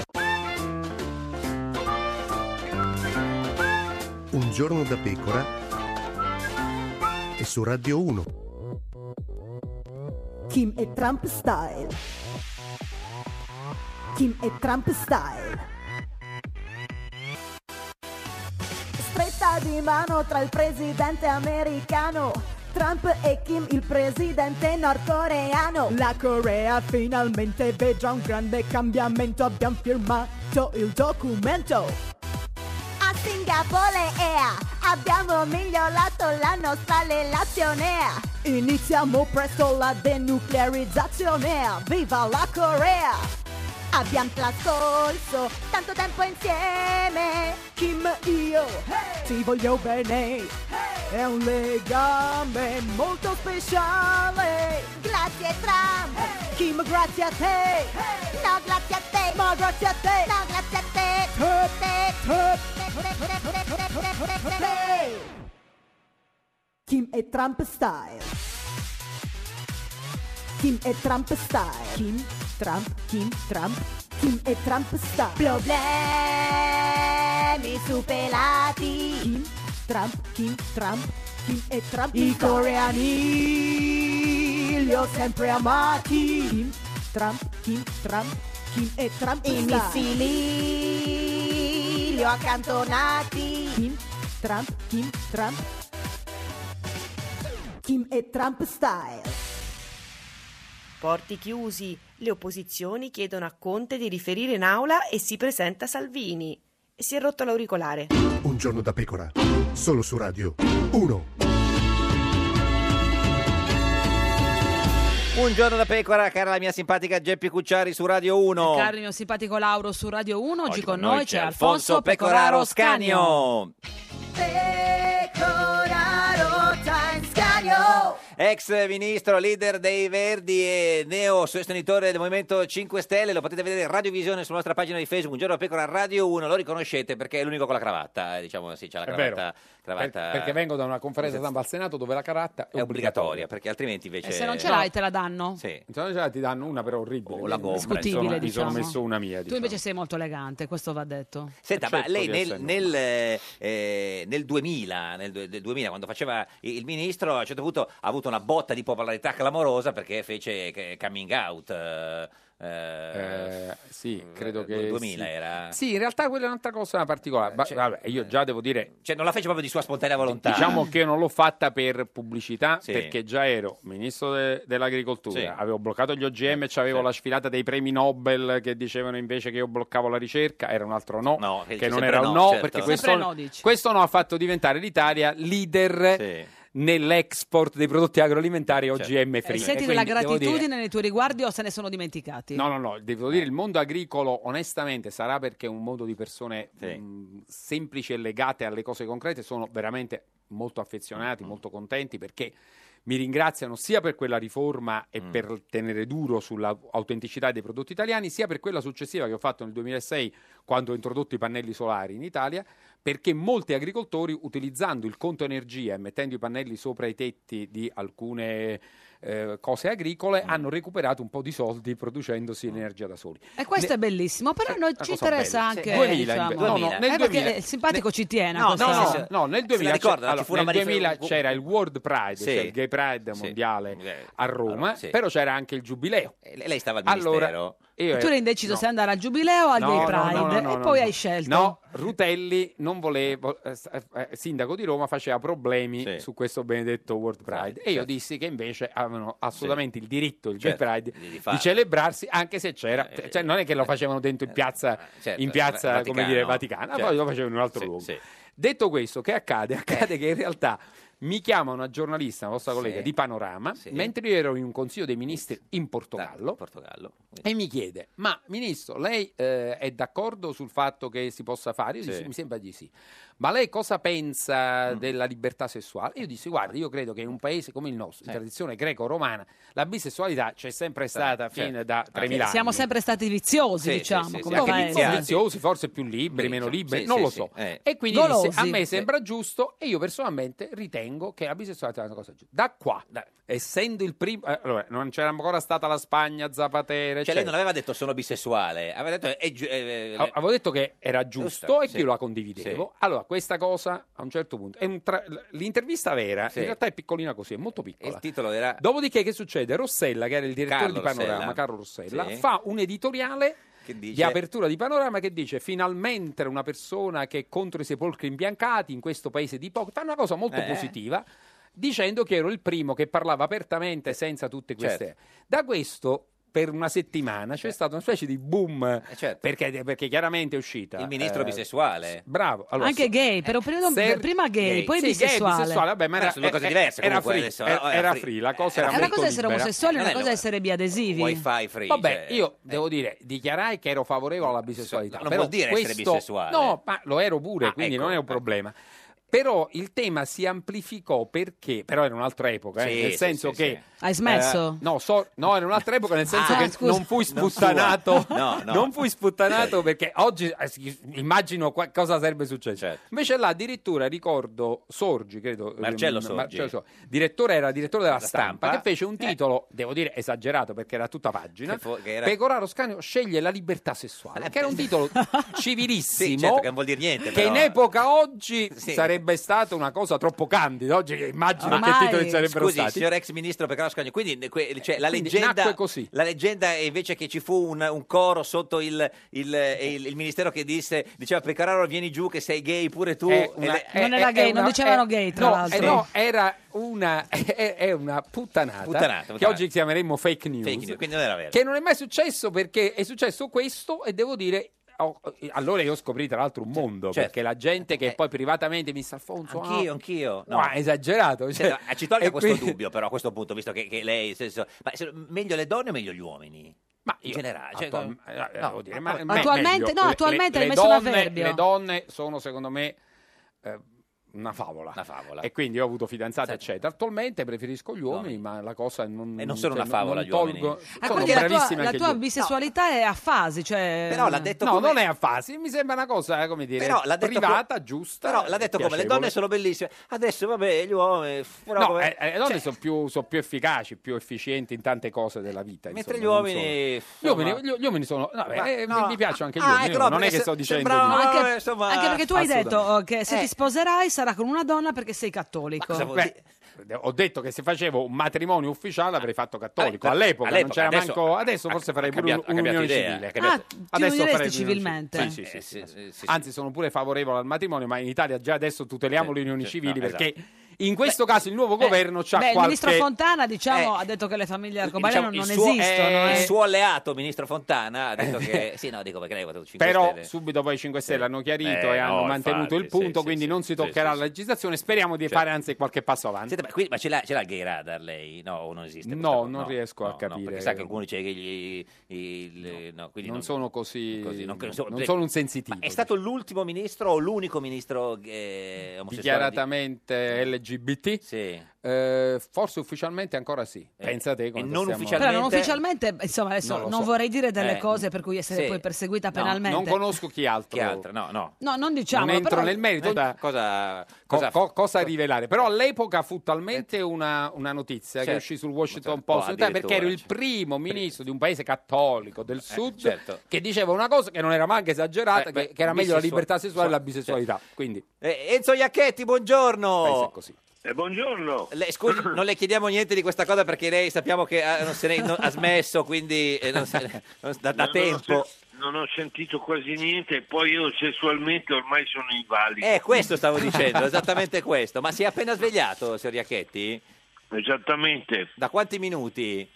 Un giorno da pecora e su Radio 1.
Kim e Trump style. Kim e Trump style. Stretta di mano tra il presidente americano Trump e Kim, il presidente nordcoreano. La Corea finalmente vedrà un grande cambiamento. Abbiamo firmato il documento. A Singapore abbiamo migliorato la nostra relazione. Iniziamo presto la denuclearizzazione. Viva la Corea! Abbiamo trascorso tanto tempo insieme. Kim, io ti voglio bene. È un legame molto speciale. Grazie Trump. Kim, grazie a te. No, grazie a te. Ma grazie a te. No, grazie a te. Kim e Trump style. Kim e Trump style. Kim, Trump, Kim, Trump. Kim e Trump style. Problemi premi su pelati. Kim Trump e Trump. I coreani li ho sempre amati. Kim Trump e Trump. I missili li ho accantonati. Kim Trump Kim e Trump style.
Porti chiusi, le opposizioni chiedono a Conte di riferire in aula e si presenta Salvini. E si è rotto l'auricolare.
Un giorno da pecora, solo su Radio 1.
Un giorno da pecora, cara la mia simpatica Geppi Cucciari su Radio 1.
Caro il mio simpatico Lauro su Radio 1, oggi con noi c'è Alfonso
Pecoraro
Scanio.
Pecoraro Time Scanio.
Ex ministro, leader dei Verdi e neo sostenitore del Movimento 5 Stelle, lo potete vedere in radiovisione sulla nostra pagina di Facebook, Un giorno da pecora Radio 1, lo riconoscete perché è l'unico con la cravatta, diciamo, sì, c'ha la cravatta.
Perché vengo da una conferenza stampa al Senato dove la cravatta è
obbligatoria, perché altrimenti invece...
E se non ce l'hai te la danno?
Sì.
Se non ce l'hai ti danno una però orribile.
O la gomma.
Discutibile,
Mi sono messo una mia,
Tu invece sei molto elegante, questo va detto.
Senta, ma lei nel 2000, quando faceva il ministro, a un certo punto ha avuto una botta di popolarità clamorosa perché fece coming out.
Sì, credo che
nel 2000
sì.
era.
Sì, in realtà quella è un'altra cosa particolare. Vabbè, io già devo dire,
non la fece proprio di sua spontanea volontà.
Diciamo che io non l'ho fatta per pubblicità,
Sì.
perché già ero ministro dell'agricoltura,
Sì.
avevo bloccato gli OGM, c'avevo la sfilata dei premi Nobel che dicevano invece che io bloccavo la ricerca, era un altro no, che non era un no,
certo.
perché
Sempre no, dici.
questo no ha fatto diventare l'Italia leader nell'export dei prodotti agroalimentari OGM free.
Senti
E
della
quindi, devo dire,
gratitudine nei tuoi riguardi o se ne sono dimenticati?
No, devo dire il mondo agricolo onestamente sarà perché è un mondo di persone semplici e legate alle cose concrete, sono veramente molto affezionati, molto contenti perché mi ringraziano sia per quella riforma e per tenere duro sull'autenticità dei prodotti italiani, sia per quella successiva che ho fatto nel 2006 quando ho introdotto i pannelli solari in Italia, perché molti agricoltori utilizzando il conto energia e mettendo i pannelli sopra i tetti di alcune cose agricole hanno recuperato un po' di soldi producendosi l'energia da soli.
E questo è bellissimo, però noi ci
cosa
interessa
bella.
anche
2000,
diciamo.
nel
perché
2000.
il simpatico ci tiene a
No,
questa-
nel 2000,
ricorda, ci fu una
nel 2000
manifestazione-
c'era il World Pride,
Sì.
cioè il Gay Pride mondiale a Roma,
sì.
però c'era anche il Giubileo.
Lei stava al ministero.
Allora,
E tu eri indeciso se andare al Giubileo o al Gay Pride e poi hai scelto.
No, Rutelli non volevo, sindaco di Roma faceva problemi su questo benedetto World Pride e io dissi che invece avevano assolutamente il diritto, il Gay Pride,
di
di celebrarsi anche se c'era, cioè non è che lo facevano dentro in piazza,
Vaticano,
come dire, Vaticana,
certo.
poi lo facevano in un altro luogo. Detto questo, che accade? Accade che in realtà mi chiama una giornalista, una vostra collega di Panorama, mentre io ero in un consiglio dei ministri in Portogallo. E mi chiede, ma ministro, lei è d'accordo sul fatto che si possa fare? Io dissi, mi sembra di sì. Ma lei cosa pensa della libertà sessuale? Io dissi, guarda, io credo che in un paese come il nostro, in tradizione greco-romana, la bisessualità c'è sempre stata fin da 3000 anni.
Siamo sempre stati viziosi, diciamo, come
Anche
paese.
viziosi, forse più liberi, meno liberi,
sì,
non
sì,
lo
sì.
so. E quindi
Golosi.
disse, a me sembra giusto e io personalmente ritengo che la bisessualità è una cosa giusta. Da qua, essendo il primo... allora, non c'era ancora stata la Spagna, Zapatero,
Cioè lei non aveva detto sono bisessuale, aveva detto
avevo detto che era giusto e che io la condividevo. Allora, questa cosa a un certo punto è l'intervista vera in realtà è piccolina così, è molto piccola.
Il titolo era
Dopodiché che succede? Rossella, che era il direttore
Carlo
di Panorama,
Rossella.
Carlo Rossella,
Sì.
fa un editoriale
Che dice?
di apertura di Panorama che dice finalmente una persona che è contro i sepolcri imbiancati in questo paese di poco, fa una cosa molto positiva dicendo che ero il primo che parlava apertamente senza tutte queste da questo per una settimana c'è stata una specie di boom perché chiaramente è uscita
il ministro bisessuale.
Bravo. Allora,
Anche gay, per un periodo prima gay, poi
sì,
bisessuale.
gay, bisessuale, vabbè, ma
sono due cose diverse
era
comunque
free,
adesso.
era free, la cosa era
Una
molto
cosa è essere
libera.
omosessuali, una
Non è
cosa è essere biadesivi.
Wi-Fi free.
Vabbè, io devo dire, dichiarai che ero favorevole alla bisessualità.
Non
però
vuol dire essere bisessuale.
No, ma lo ero pure,
Ah,
quindi
ecco,
non è un problema. Però il tema si amplificò perché, però era un'altra epoca,
Sì,
nel
sì,
senso
sì,
che...
Hai smesso?
No, era un'altra epoca nel senso che
scusa.
non fui sputtanato,
No.
non fui sputtanato perché oggi immagino cosa sarebbe successo.
Certo.
Invece là addirittura ricordo Sorgi, credo,
Marcello Sorgi.
era direttore della Stampa, che fece un titolo, devo dire esagerato perché era tutta pagina,
che era-
Pecoraro Scanio sceglie la libertà sessuale, che era un titolo civilissimo,
Sì, certo, che non vuol dire niente.
che
però.
in epoca oggi
Sì.
sarebbe stata una cosa troppo candida. Oggi immagino che
Ormai-
titoli sarebbero
Scusi,
stati.
signor ex ministro Pecoraro Scanio, quindi cioè, la
Quindi
leggenda
nacque così.
La leggenda è invece che ci fu un coro sotto il ministero che diceva Pecoraro vieni giù che sei gay pure tu.
Non era gay, non dicevano gay, tra l'altro.
No, era è una puttanata, che oggi chiameremmo fake news,
quindi non era vero.
che non è mai successo perché è successo questo e devo dire... allora io scoprì tra l'altro un mondo,
certo.
perché la gente che poi privatamente mi disse Alfonso
Anch'io. No.
ma esagerato, cioè,
No, ci tolga
e
questo
quindi-
dubbio però a questo punto, visto che lei nel senso, meglio le donne o meglio gli uomini?
Ma
in generale, cioè,
devo dire,
Attualmente-
meglio.
no, attualmente hai
le
messo un
donne,
avverbio.
le donne sono secondo me una favola. E quindi ho avuto fidanzate eccetera. Attualmente preferisco gli uomini, ma la cosa non
E non sono
cioè,
una favola
non
gli uomini.
tolgo- sono
Quindi
bravissimi
la
anche
tua
gli uomini.
bisessualità è a fasi, cioè...
Però l'ha detto
No,
come...
non è a fasi, mi sembra una cosa, come dire,
Però l'ha detto
privata, giusta.
Però l'ha detto come le
piacevole.
donne sono bellissime. Adesso vabbè, gli uomini però
No,
come-
le donne
cioè,
sono più efficaci, più efficienti in tante cose della vita.
mentre
insomma,
gli
non
uomini
sono- Gli uomini sono... no,
no.
mi piacciono anche gli
Ah,
uomini,
ecco, no,
non è
perché
che sto dicendo...
sembrava-
di-
Anche,
insomma,
anche perché tu hai detto
assolutamente.
che se ti sposerai sarà con una donna perché sei cattolico.
Beh, ho detto che se facevo un matrimonio ufficiale avrei fatto cattolico.
Vabbè,
All'epoca non
all'epoca,
c'era
adesso-
manco... Adesso forse farei pure
ha cambiato
un'unione
idea,
civile.
ha cambiato-
ti uniresti
farei
civilmente?
l'unione civile. Sì. Anzi, sono pure favorevole al matrimonio, ma in Italia già adesso tuteliamo le unioni civili
no,
perché
esatto.
in questo caso il nuovo governo c'ha
Beh, il
qualche...
ministro Fontana, diciamo, ha detto che le famiglie arcobaleno
diciamo,
non
il suo-
esistono.
il suo alleato, ministro Fontana, ha detto che... Sì, no, dico perché lei ha votato 5
Però
Stelle.
subito poi i 5 Stelle hanno chiarito e
no,
hanno mantenuto
infatti,
il punto,
sì,
quindi
sì,
non si
sì,
toccherà
sì,
la legislazione. Speriamo di
Certo.
fare anzi qualche passo avanti.
Senta, ma ce l'ha il gay radar lei? No, o non esiste? questa
No,
cosa?
non riesco a capire.
perché sa che alcuni c'è che quindi
Non sono così...
non
non sono un sensitivo.
Ma è stato l'ultimo ministro o l'unico ministro omosessuale?
Dichiaratamente LGBT?
Sì.
Forse ufficialmente ancora sì. Pensate come
non
stiamo-
ufficialmente?
Però non ufficialmente, insomma, adesso
Non lo
non
so.
vorrei dire delle cose per cui essere
sì.
poi perseguita
No,
penalmente.
non conosco chi altro.
Chi altro? No.
No, non diciamo.
Non entro
però...
nel merito da cosa rivelare. Però all'epoca fu talmente una notizia che
Certo.
uscì sul Washington
Oh,
Post perché ero il primo ministro di un paese cattolico del sud
certo.
che diceva una cosa che non era manco esagerata, che era meglio la libertà sessuale e la bisessualità. Quindi
Enzo Iacchetti, buongiorno.
Così.
Buongiorno.
Scusi, non le chiediamo niente di questa cosa perché lei sappiamo che ha smesso, quindi da tempo.
Non ho sentito quasi niente e poi io sessualmente ormai sono invalido.
Questo stavo dicendo, esattamente questo. Ma si è appena svegliato, signor Iacchetti?
Esattamente.
Da quanti minuti?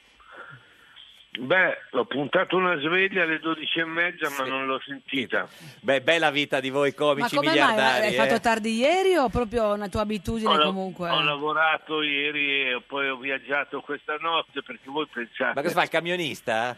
Beh, ho puntato una sveglia alle 12:30 ma non l'ho sentita.
Beh, bella vita di voi
Ma
comici
come mai?
miliardari.
Hai fatto tardi ieri o proprio una tua abitudine comunque?
Ho lavorato ieri e poi ho viaggiato questa notte perché voi pensate...
Ma cosa fa, il camionista?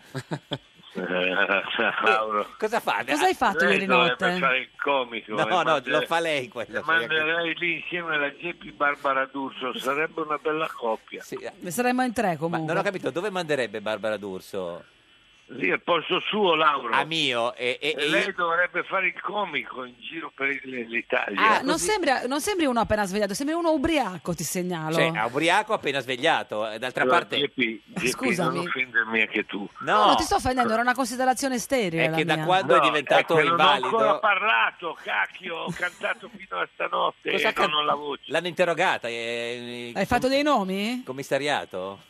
Mauro.
Cosa fa?
Cosa hai fatto
Lei
ieri
dovrebbe
notte?
fare il comico.
No, lo fa lei quello.
Manderei lì insieme alla Geppi Barbara D'Urso, sarebbe una bella coppia.
Ne saremmo in tre comunque.
Non ho capito, dove manderebbe Barbara D'Urso?
Lì al posto suo, Lauro.
A mio. E
lei dovrebbe fare il comico in giro per l'Italia.
Non sembri uno appena svegliato, sembri uno ubriaco, ti segnalo.
Cioè, a ubriaco appena svegliato. D'altra parte...
Geppi,
Scusami.
non offendermi anche tu.
No, non ti sto offendendo, era una considerazione sterile.
È
la
che da
mia.
quando è diventato
non ho
invalido...
ancora parlato, cacchio, ho cantato fino a stanotte e non ho la voce.
L'hanno interrogata?
Hai fatto dei nomi?
Commissariato?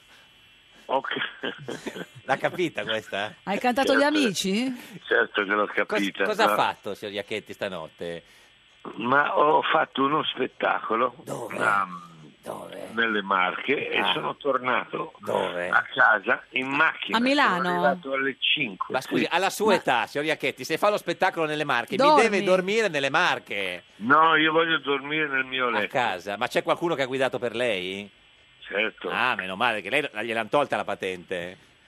L'ha capita questa?
Hai cantato Gli Amici?
Certo che l'ho capita.
Cosa ha
no?
fatto, signor Iacchetti, stanotte?
Ma ho fatto uno spettacolo.
Dove?
Nelle Marche e sono tornato
Dove?
a casa in macchina.
A Milano?
Sono arrivato alle 5.
Ma scusi, alla sua età, signor Iacchetti, se fa lo spettacolo nelle Marche, mi
Dormi.
deve dormire nelle Marche.
No, io voglio dormire nel mio letto.
A casa. Ma c'è qualcuno che ha guidato per lei?
Certo.
Ah, meno male, che lei gliel'hanno tolta la patente.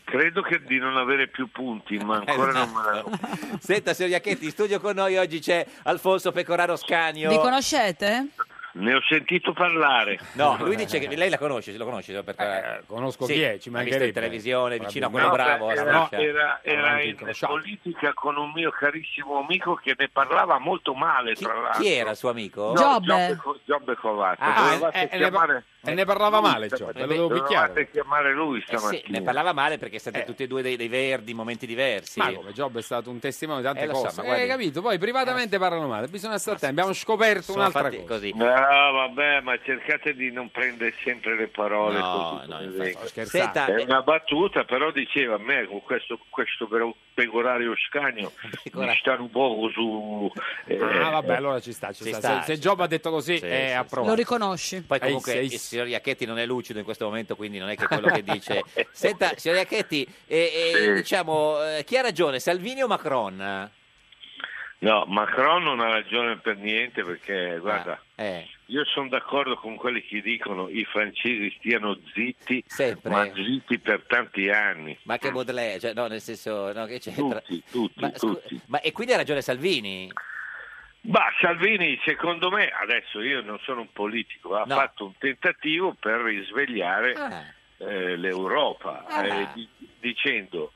Credo che di non avere più punti, ma ancora non me la...
Senta, signor Iacchetti, in studio con noi oggi c'è Alfonso Pecoraro Scanio.
Vi conoscete?
Ne ho sentito parlare.
No, lui dice che lei lo conosce perché
conosco
sì,
chi è, ci
l'ha visto in
mancherebbe.
televisione, vicino a quello
No,
bravo.
era in politica con un mio carissimo amico che ne parlava molto male, tra l'altro.
Chi era il suo amico?
No, Giobbe Covato.
E ne parlava male, cioè, ve lo devo picchiare.
Dovevate chiamare lui
Sì,
stamattina.
ne parlava male perché siete tutti e due dei verdi, momenti diversi.
Ma come Giobbe è stato un testimone di tante
lo so,
cose.
ma guardi-
Hai capito? Poi privatamente parlano male, bisogna stare attenti. Abbiamo scoperto
sono
un'altra
fatti
cosa.
così.
No, vabbè, ma cercate di non prendere sempre le parole
No,
così.
no,
come
infatti,
vengono.
ho scherzato.
È una battuta, però diceva a me con questo Pecorario Scanio mi stanno un po' su...
vabbè, allora ci sta. Se Giobbe ha detto così, è approvato.
Lo riconosci?
Poi comunque
Sei-
il signor Iacchetti non è lucido in questo momento, quindi non è che quello che dice. Senta, signor Iacchetti, diciamo, chi ha ragione, Salvini o Macron?
No, Macron non ha ragione per niente perché, guarda,
Eh.
io sono d'accordo con quelli che dicono i francesi stiano zitti,
Sempre.
ma zitti per tanti anni.
Ma che Baudelaire, cioè, no, nel senso, no, che c'entra?
Tutti.
Ma e quindi ha ragione Salvini?
Ma Salvini, secondo me, adesso io non sono un politico, ha fatto un tentativo per risvegliare l'Europa, dicendo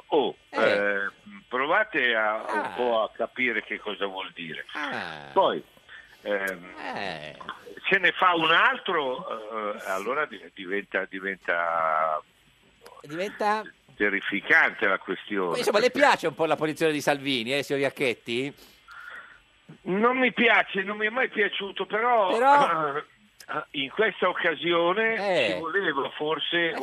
provate un po' a capire che cosa vuol dire. Poi se ne fa un altro, allora diventa terrificante la questione.
Insomma, le piace un po' la posizione di Salvini, signor Iacchetti?
Non mi piace, non mi è mai piaciuto, però in questa occasione ci voleva forse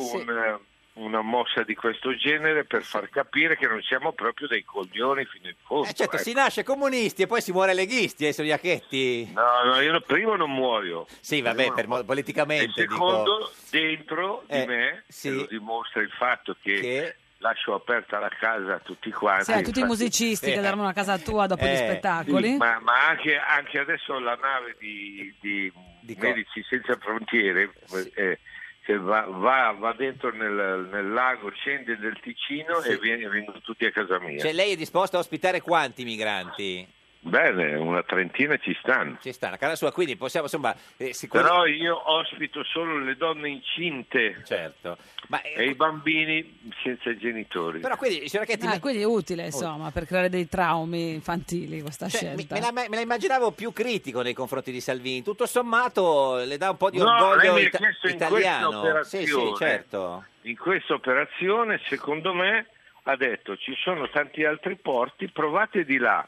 una mossa di questo genere per far capire che non siamo proprio dei coglioni fino in fondo.
Certo, si nasce comunisti e poi si muore leghisti, signor Iacchetti?
No, io primo non muoio.
Sì, vabbè, politicamente.
E secondo, dentro di me,
sì.
lo dimostra il fatto che lascio aperta la casa a tutti quanti.
Sì, a tutti i musicisti che dormono a casa tua dopo gli spettacoli.
Sì, ma anche adesso la nave di Medici Senza Frontiere che va dentro nel lago, scende del Ticino e vengono tutti a casa mia.
Cioè lei è disposto a ospitare quanti migranti?
Bene, una trentina ci stanno.
Ci sta, a casa sua, quindi possiamo, insomma...
Però io ospito solo le donne incinte.
Certo.
E i bambini senza genitori.
Però quindi, signora Chetti...
quindi è utile, insomma, per creare dei traumi infantili questa scelta.
Me la immaginavo più critico nei confronti di Salvini. Tutto sommato le dà un po' di
No,
orgoglio
lei mi ha chiesto in
italiano.
questa
Sì,
operazione,
certo.
In questa operazione, secondo me, ha detto ci sono tanti altri porti, provate di là.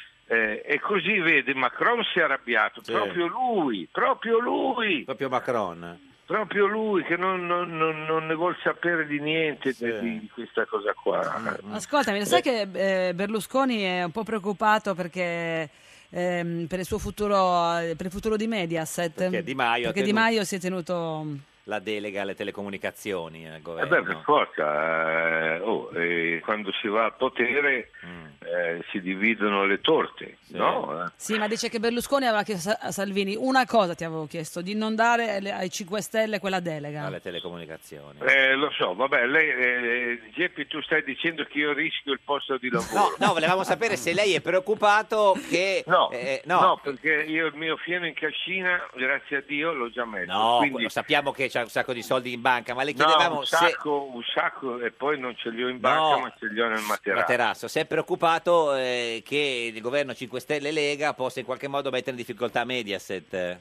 E così vede, Macron si è arrabbiato, proprio lui.
Proprio Macron.
Proprio lui che non ne vuol sapere di niente di questa cosa qua.
Ascoltami, sai che Berlusconi è un po' preoccupato perché per il suo futuro, per il futuro di Mediaset?
Perché Di Maio
Di Maio si è tenuto
la delega alle telecomunicazioni al governo.
Per forza, quando si va al potere si dividono le torte, no?
Sì, ma dice che Berlusconi aveva chiesto a Salvini una cosa, ti avevo chiesto, di non dare ai 5 Stelle quella delega.
Alle telecomunicazioni.
Lo so, vabbè, lei, Geppi, tu stai dicendo che io rischio il posto di lavoro.
No, volevamo sapere se lei è preoccupato che...
No, perché io il mio fieno in cascina, grazie a Dio, l'ho già messo.
No,
quindi...
lo sappiamo che c'ha un sacco di soldi in banca, ma le chiedevamo
un sacco, e poi non ce li ho in banca, ma ce li ho nel materasso.
Si è preoccupato che il governo 5 Stelle Lega possa in qualche modo mettere in difficoltà Mediaset?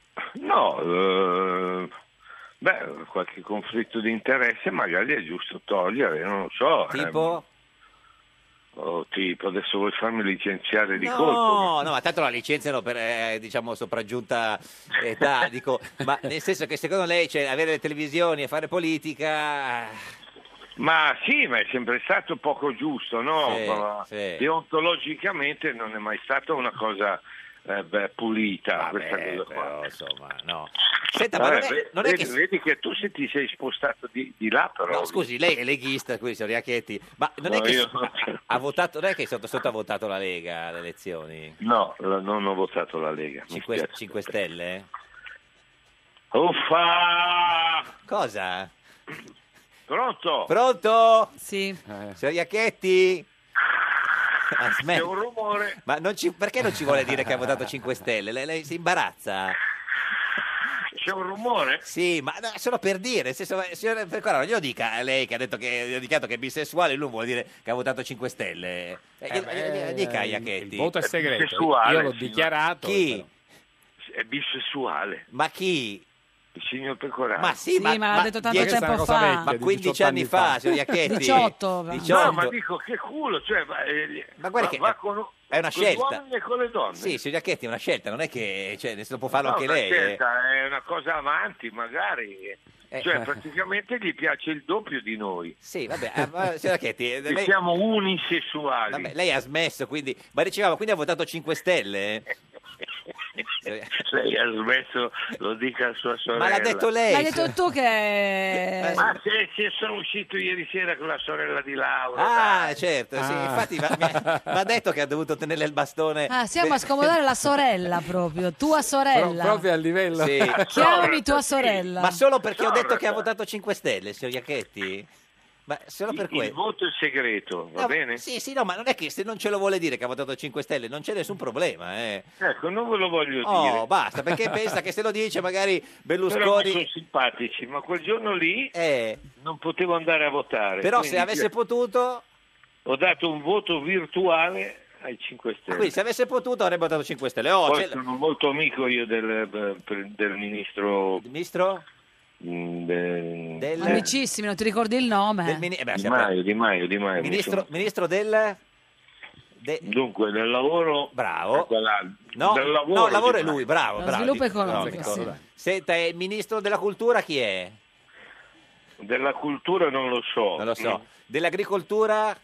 No, qualche conflitto di interesse magari è giusto togliere, non lo so.
Tipo?
Tipo, adesso vuoi farmi licenziare di colpo?
No, ma tanto la licenziano per, sopraggiunta età, dico, ma nel senso che secondo lei avere le televisioni e fare politica...
Ma sì, ma è sempre stato poco giusto, no?
Sì.
Deontologicamente non è mai stata una cosa pulita, questa cosa qua.
Però, insomma, no. Senta, ma non è che...
Vedi che tu ti sei spostato di là, però.
No, scusi, lei è leghista, qui, signor Iacchetti, ma non è che ha votato, non è che sotto ha votato la Lega alle elezioni?
No, non ho votato la Lega.
5 Stelle?
Uffa!
Cosa?
Pronto?
Pronto?
Sì.
Signor Iacchetti?
C'è un rumore.
Ma perché non ci vuole dire che ha votato 5 Stelle? Lei si imbarazza?
C'è un rumore?
Sì, ma no, solo per dire, nel senso, signor Pecoraro, glielo dica a lei che ha detto che ha dichiarato che è bisessuale, lui vuole dire che ha votato 5 Stelle. Dica a Iacchetti.
Il voto è segreto.
Bisessuale,
Io l'ho
signor.
dichiarato.
Chi?
È bisessuale.
Ma chi?
Il signor Pecoraro.
Ma sì,
ma l'ha detto tanto tempo fa.
vecchia,
Ma
di
15
18
anni fa, signor Iacchetti.
18.
No, ma dico che culo, cioè,
Ma guarda che
va con
è una
con gli
scelta.
uomini e con le donne.
Sì, signor Iacchetti, è una scelta, non è che se può farlo
No,
anche
una
lei.
scelta, è una cosa avanti, magari. Cioè, praticamente gli piace il doppio di noi.
Sì, vabbè, signor Iacchetti,
Che siamo unisessuali.
Vabbè, lei ha smesso, quindi, ma dicevamo, quindi ha votato 5 Stelle?
Lei ha smesso, lo dica a sua sorella.
Ma l'ha detto lei.
L'hai detto tu che...
Ma se sono uscito ieri sera con la sorella di Laura.
Ah, certo, sì, infatti mi ha detto che ha dovuto tenerle il bastone.
Ah, siamo a scomodare la sorella proprio, tua sorella.
Proprio a livello.
Sì.
Chiamami tua sorella.
Ma solo perché ho detto che ha votato 5 Stelle, signor Iacchetti? Ma solo per
Il
questo?
voto è segreto, va
No,
bene?
Sì, no, ma non è che se non ce lo vuole dire che ha votato 5 Stelle, non c'è nessun problema,
Ecco, non ve lo voglio
Oh,
dire.
basta, perché pensa che se lo dice magari
Però
Berlusconi...
sono simpatici, ma quel giorno lì non potevo andare a votare.
Però
quindi
se avesse potuto...
ho dato un voto virtuale ai 5 Stelle.
Quindi se avesse potuto avrebbe votato 5 Stelle.
Poi sono molto amico io del ministro...
Ministro?
Amicissimi, non ti ricordi il nome?
Di Maio.
Ministro del...
Dunque, del lavoro...
Bravo.
No,
del
lavoro,
lavoro è lui, bravo.
Lo sviluppo economico, sì.
Senta, il ministro della cultura chi è?
Della cultura non lo so.
Non lo so. Dell'agricoltura?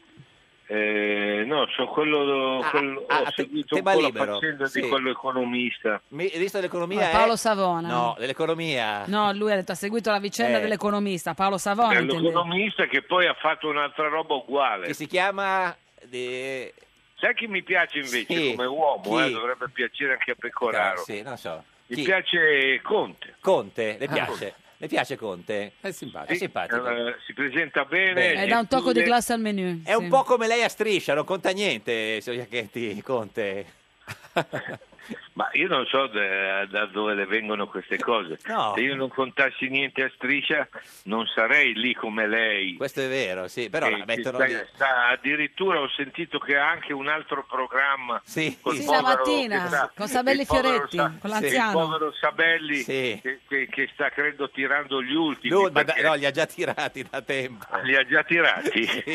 No, so quello ho seguito un
tema
po'
libero,
la faccenda
sì.
di quello economista.
Ministro dell'economia è...
Paolo Savona.
No, dell'economia.
No, lui ha detto ha seguito la vicenda dell'economista, Paolo Savona.
L'economista che poi ha fatto un'altra roba uguale.
Che si chiama...
Sai chi mi piace invece
Sì.
come uomo?
Chi?
Dovrebbe piacere anche a Pecoraro.
Sì, non so.
Mi
Chi?
piace Conte.
Conte, le piace? Le piace Conte?
È simpatico.
È simpatico.
Si presenta bene.
E dà un tocco di classe al menù.
È un po' come lei a Striscia, non conta niente, signor Iacchetti, Conte.
Ma io non so da dove le vengono queste cose.
No.
Se io non contassi niente a Striscia non sarei lì come lei.
Questo è vero, sì, però la mettono lì.
Addirittura ho sentito che ha anche un altro programma.
Sì,
col
Sì,
povero
la mattina,
che sta-
con Sabelli
il povero
Fioretti, con
il
l'anziano.
povero Sabelli
Sì.
che sta credo tirando gli ultimi.
Lui, ma
perché
no, li ha già tirati da tempo.
li ha già tirati.
Sì.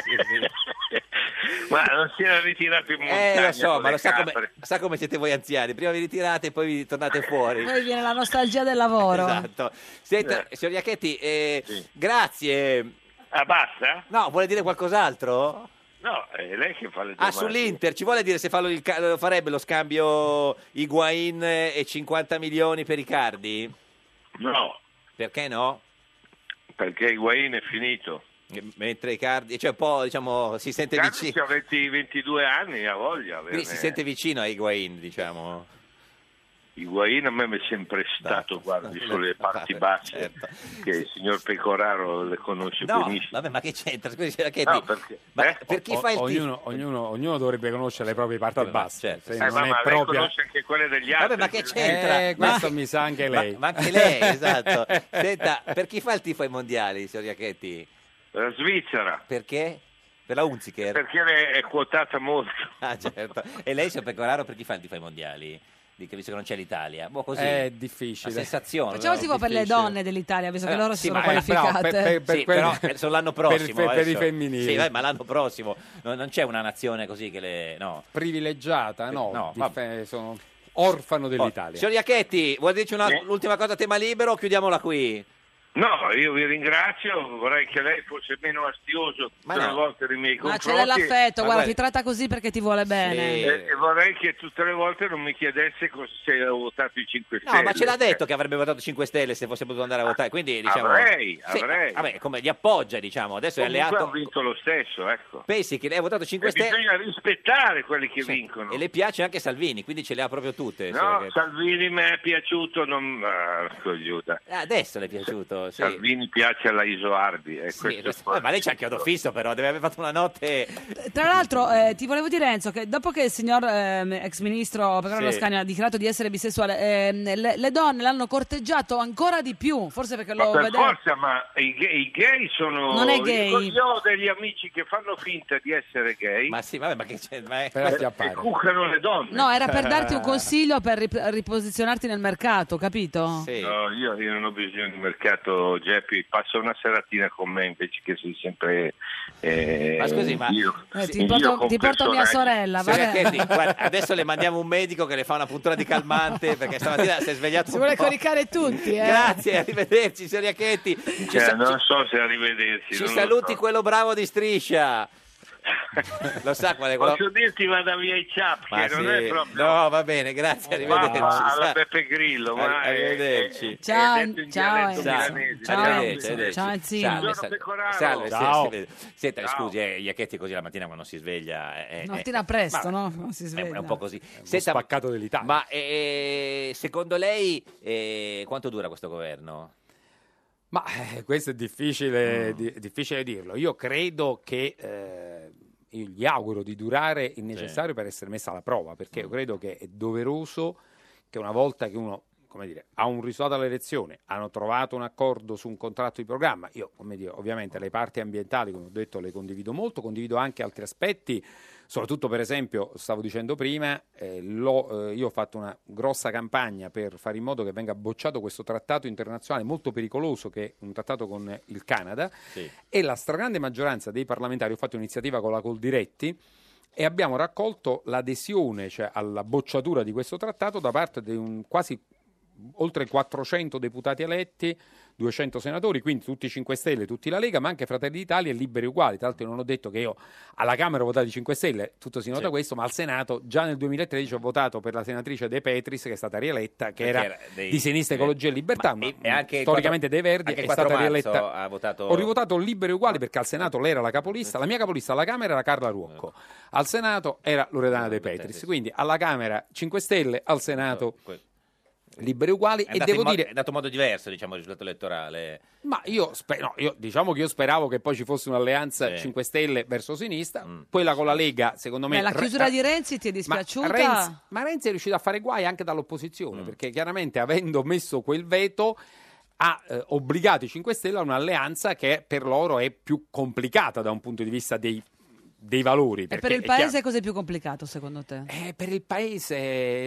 Ma non si era ritirato in montagna.
Lo so,
con
ma
le
lo sa
capre.
come siete voi anziani. Prima vi ritirate e poi vi tornate fuori.
Poi viene la nostalgia del lavoro.
Esatto. Senta, signor Iacchetti, grazie.
Ah, basta?
No, vuole dire qualcos'altro?
No, è lei che fa le domande.
Ah, sull'Inter, ci vuole dire se lo farebbe lo scambio Higuain e 50 milioni per Icardi?
No.
Perché no?
Perché Higuain è finito.
Mentre Icardi, cioè un po', diciamo, si sente
Icardi
vicino.
ha 22 anni, ha voglia.
Quindi si sente vicino a Higuain, diciamo.
Higuain a me mi è sempre stato, guardi, sulle parti basse, che il signor Pecoraro le conosce
No,
benissimo.
vabbè, ma che c'entra? Scusi, Iacchetti,
No, perché,
ma per chi fa il tifo?
Ognuno dovrebbe conoscere le proprie parti basse. Se non
ma
è
lei
propria...
conosce anche quelle degli altri.
Vabbè, ma che c'entra?
Questo mi sa anche lei.
Ma anche lei, esatto. Senta, per chi fa il tifo ai mondiali, signor Iacchetti?
La Svizzera.
Perché? Per la Hunziker?
Perché lei è quotata molto.
Ah, certo. E lei, signor Pecoraro, per chi fa il tifo ai mondiali? Dico, visto che non c'è l'Italia. Boh, così.
È difficile.
La sensazione.
Facciamo
no?
tipo per le donne dell'Italia, visto che loro si
sì,
sono
ma
qualificate.
per
sì,
quelli-
però sono l'anno prossimo.
per i
adesso.
femminili.
Sì, ma l'anno prossimo. Non c'è una nazione così che le... No.
Privilegiata, no,
No,
sono orfano dell'Italia.
Signor Iacchetti, vuoi dirci l'ultima cosa a tema libero o chiudiamola qui?
No, io vi ringrazio, vorrei che lei fosse meno astioso tutte le volte nei miei
Ma
confronti.
c'è dell'affetto,
Ma
guarda,
guarda-
ti tratta così perché ti vuole bene.
E vorrei che tutte le volte non mi chiedesse se ho votato i 5 Stelle.
No, ma ce l'ha detto che avrebbe votato 5 Stelle se fosse potuto andare a votare, quindi diciamo...
Avrei.
Vabbè, come li appoggia, diciamo, adesso è
Comunque
alleato...
ha vinto lo stesso, ecco.
Pensi che lei ha votato 5
E
Stelle...
bisogna rispettare quelli che vincono.
E le piace anche Salvini, quindi ce le ha proprio tutte.
No, Salvini mi è piaciuto, non... aiuta.
Adesso le è piaciuto. Certo, sì.
Salvini piace alla Isoardi.
Sì, ma lei c'ha il chiodo fisso, però deve aver fatto una notte.
Tra l'altro ti volevo dire, Enzo, che dopo che il signor ex ministro Pecoraro Scanio ha dichiarato di essere bisessuale, le donne l'hanno corteggiato ancora di più, forse perché lo
per
vedeva.
forza, ma i gay sono...
Non è gay.
Io ho degli amici che fanno finta di essere gay.
Ma sì, vabbè, ma che c'è?
E cuccano le donne.
No, era per darti un consiglio per riposizionarti nel mercato, capito?
Sì.
No, io non ho bisogno di mercato, Geppi, passa una seratina con me invece che sei sempre...
Ma scusi, ma...
ti porto mia sorella,
Signora
vabbè.
Chieti, guarda, adesso le mandiamo un medico che le fa una puntura di calmante perché stamattina si è svegliato
Si
un
vuole
po'.
coricare tutti,
Grazie, arrivederci, signor Iacchetti.
non so se arrivederci.
Ci
non lo
saluti
so.
quello bravo di Striscia. Lo sa qual è quello?
Posso dirti vada via i ciap,
Ma
che non
sì.
è proprio...
No, va bene, grazie, arrivederci.
alla Beppe Grillo, ma
Arrivederci.
Ciao,
è detto in
ciao,
dialetto milanese.
Arrivederci.
ciao, Enzino.
Salve,
Ciao.
Senta, scusi, Iacchetti così la mattina quando si sveglia...
Mattina presto, no? Non si sveglia.
È un po' così.
Spaccato dell'Italia.
Ma secondo lei quanto dura questo governo?
Ma questo è difficile dirlo. Io credo che io gli auguro di durare il necessario per essere messa alla prova, perché io credo che è doveroso che una volta che uno, come dire, ha un risultato alle elezioni, hanno trovato un accordo su un contratto di programma, io, come dire, ovviamente le parti ambientali, come ho detto, le condivido molto, condivido anche altri aspetti, soprattutto per esempio, stavo dicendo prima, io ho fatto una grossa campagna per fare in modo che venga bocciato questo trattato internazionale molto pericoloso che è un trattato con il Canada, e la stragrande maggioranza dei parlamentari, ho fatto un'iniziativa con la Coldiretti e abbiamo raccolto l'adesione, cioè alla bocciatura di questo trattato da parte di quasi oltre 400 deputati eletti, 200 senatori, quindi tutti i 5 Stelle, tutti la Lega, ma anche Fratelli d'Italia e Liberi Uguali. Tra l'altro non ho detto che io alla Camera ho votato i 5 Stelle, tutto si nota questo, ma al Senato già nel 2013 ho votato per la senatrice De Petris, che è stata rieletta, che era di Sinistra, Ecologia e Libertà, ma
anche
storicamente dei Verdi,
anche
è
4
stata
marzo
rieletta.
ha votato...
Ho rivotato Liberi Uguali perché al Senato lei era la capolista, la mia capolista alla Camera era Carla Ruocco, al Senato era Loredana De Petris, quindi alla Camera 5 Stelle, al Senato Liberi Uguali. E devo dire,
è dato in modo diverso, diciamo, il risultato elettorale.
ma io diciamo che io speravo che poi ci fosse un'alleanza 5 Stelle verso sinistra, quella con la Lega, secondo me.
La chiusura di Renzi ti è dispiaciuta?
Ma Renzi è riuscito a fare guai anche dall'opposizione, perché chiaramente avendo messo quel veto ha obbligato i 5 Stelle a un'alleanza che per loro è più complicata da un punto di vista dei valori.
E per il Paese cos'è più complicato secondo te?
Per il Paese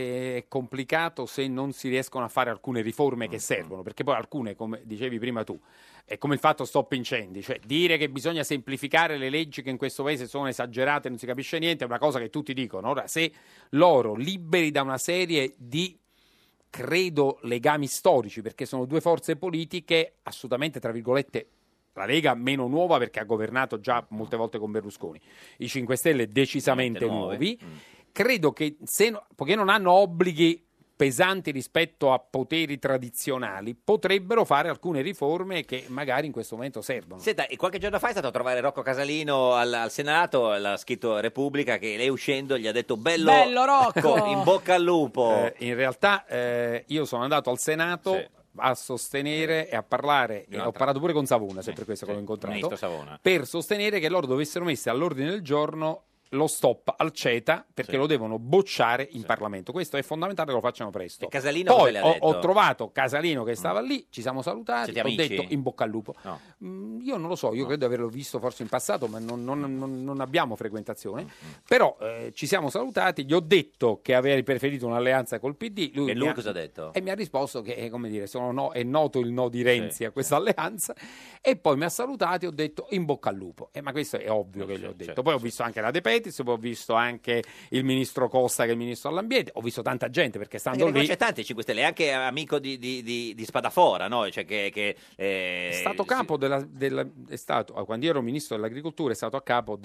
è complicato se non si riescono a fare alcune riforme che servono, perché poi alcune, come dicevi prima tu, è come il fatto stop incendi, cioè dire che bisogna semplificare le leggi che in questo Paese sono esagerate e non si capisce niente è una cosa che tutti dicono. Ora, se loro, liberi da una serie di, credo, legami storici, perché sono due forze politiche assolutamente, tra virgolette, la Lega meno nuova perché ha governato già molte volte con Berlusconi, i 5 Stelle decisamente nuovi. Credo che poiché non hanno obblighi pesanti rispetto a poteri tradizionali, potrebbero fare alcune riforme che magari in questo momento servono.
Senta, e qualche giorno fa è stato a trovare Rocco Casalino al Senato, l'ha scritto Repubblica, che lei uscendo gli ha detto bello
Rocco,
in bocca al lupo.
In realtà io sono andato al Senato a sostenere e a parlare, ho parlato pure con Savona, sempre questo che l'ho incontrato, per sostenere che loro dovessero mettere all'ordine del giorno lo stop al CETA, perché lo devono bocciare in Parlamento. Questo è fondamentale che lo facciano presto.
E Casalino
poi
cosa le ha detto?
ho trovato Casalino che stava lì, ci siamo salutati,
Siete
ho
amici?
detto in bocca al lupo.
No.
Io non lo so, io credo di averlo visto forse in passato, ma non abbiamo frequentazione, però ci siamo salutati, gli ho detto che avrei preferito un'alleanza col PD.
E lui cosa ha detto?
E mi ha risposto che, come dire, è noto il no di Renzi a questa alleanza, e poi mi ha salutati e ho detto in bocca al lupo. Ma questo è ovvio che gli ho detto. Poi ho visto anche la De Petris, poi ho visto anche il ministro Costa, che è il ministro dell'ambiente, ho visto tanta gente perché stando lì
C'è tanti 5 Stelle, anche amico di Spadafora, no? Cioè
è stato capo è stato, quando io ero ministro dell'agricoltura, è stato a capo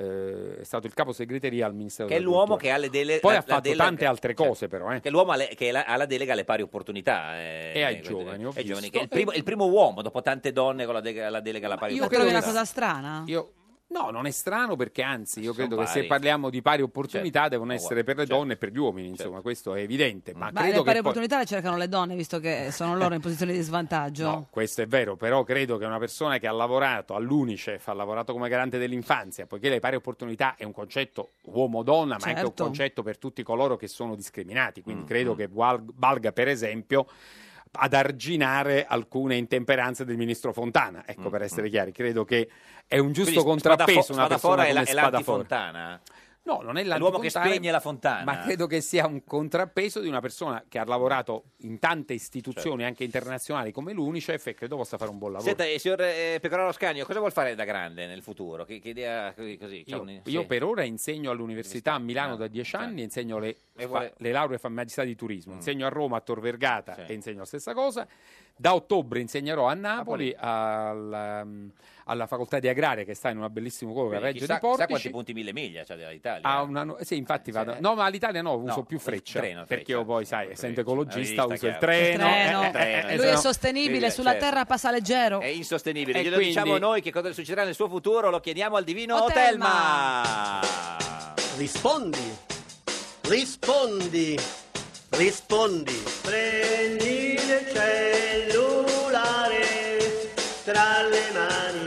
è stato il capo segreteria al ministero
che è l'uomo che ha le deleghe.
Poi ha fatto tante altre cose, però.
Che è l'uomo che ha la delega alle pari opportunità.
E ai giovani, ho visto.
Che è il primo uomo, dopo tante donne con la delega alla pari
Io
opportunità.
trovi una cosa strana?
Io No, non è strano perché anzi io credo che
pari.
se parliamo di pari opportunità
Certo.
devono essere per le donne e per gli uomini, insomma, questo è evidente. Ma
Ma
credo
le pari
che poi...
opportunità le cercano le donne, visto che sono loro in posizione di svantaggio.
No, questo è vero, però credo che una persona che ha lavorato all'UNICEF, ha lavorato come garante dell'infanzia, poiché le pari opportunità è un concetto uomo-donna, ma anche un
Certo.
concetto per tutti coloro che sono discriminati, quindi credo che valga per esempio ad arginare alcune intemperanze del ministro Fontana, ecco, per essere chiari, credo che è un giusto
Quindi
contrappeso una
Spadafora
persona come
è
Spadafora.
l'antifontana?
No, non è
l'uomo che
l'antifontana,
spegne la fontana.
ma credo che sia un contrappeso di una persona che ha lavorato in tante istituzioni anche internazionali come l'UNICEF e credo possa fare un buon lavoro.
Senta, signor Pecoraro Scanio, cosa vuol fare da grande nel futuro? Che idea così? C'ha
Io per ora insegno all'Università a Milano da 10 anni, insegno le lauree e magistrati di turismo, insegno a Roma, a Tor Vergata e insegno la stessa cosa. Da ottobre insegnerò a Napoli alla facoltà di agraria che sta in un bellissimo colore a Reggio di
Chissà
Portici.
quanti punti 1000 miglia c'ha dell'Italia.
Sì, infatti vado. No, ma all'Italia no, uso più Freccia.
treno,
perché io poi, sai, essendo ecologista,
Hai visto,
uso il
chiaro.
treno.
Lui è sostenibile, sulla
certo.
terra passa leggero.
È insostenibile.
E
Glielo
quindi-
diciamo noi che cosa succederà nel suo futuro, lo chiediamo al divino
Otelma.
Otelma.
Rispondi, rispondi, rispondi. Prendi il cellulare tra le mani.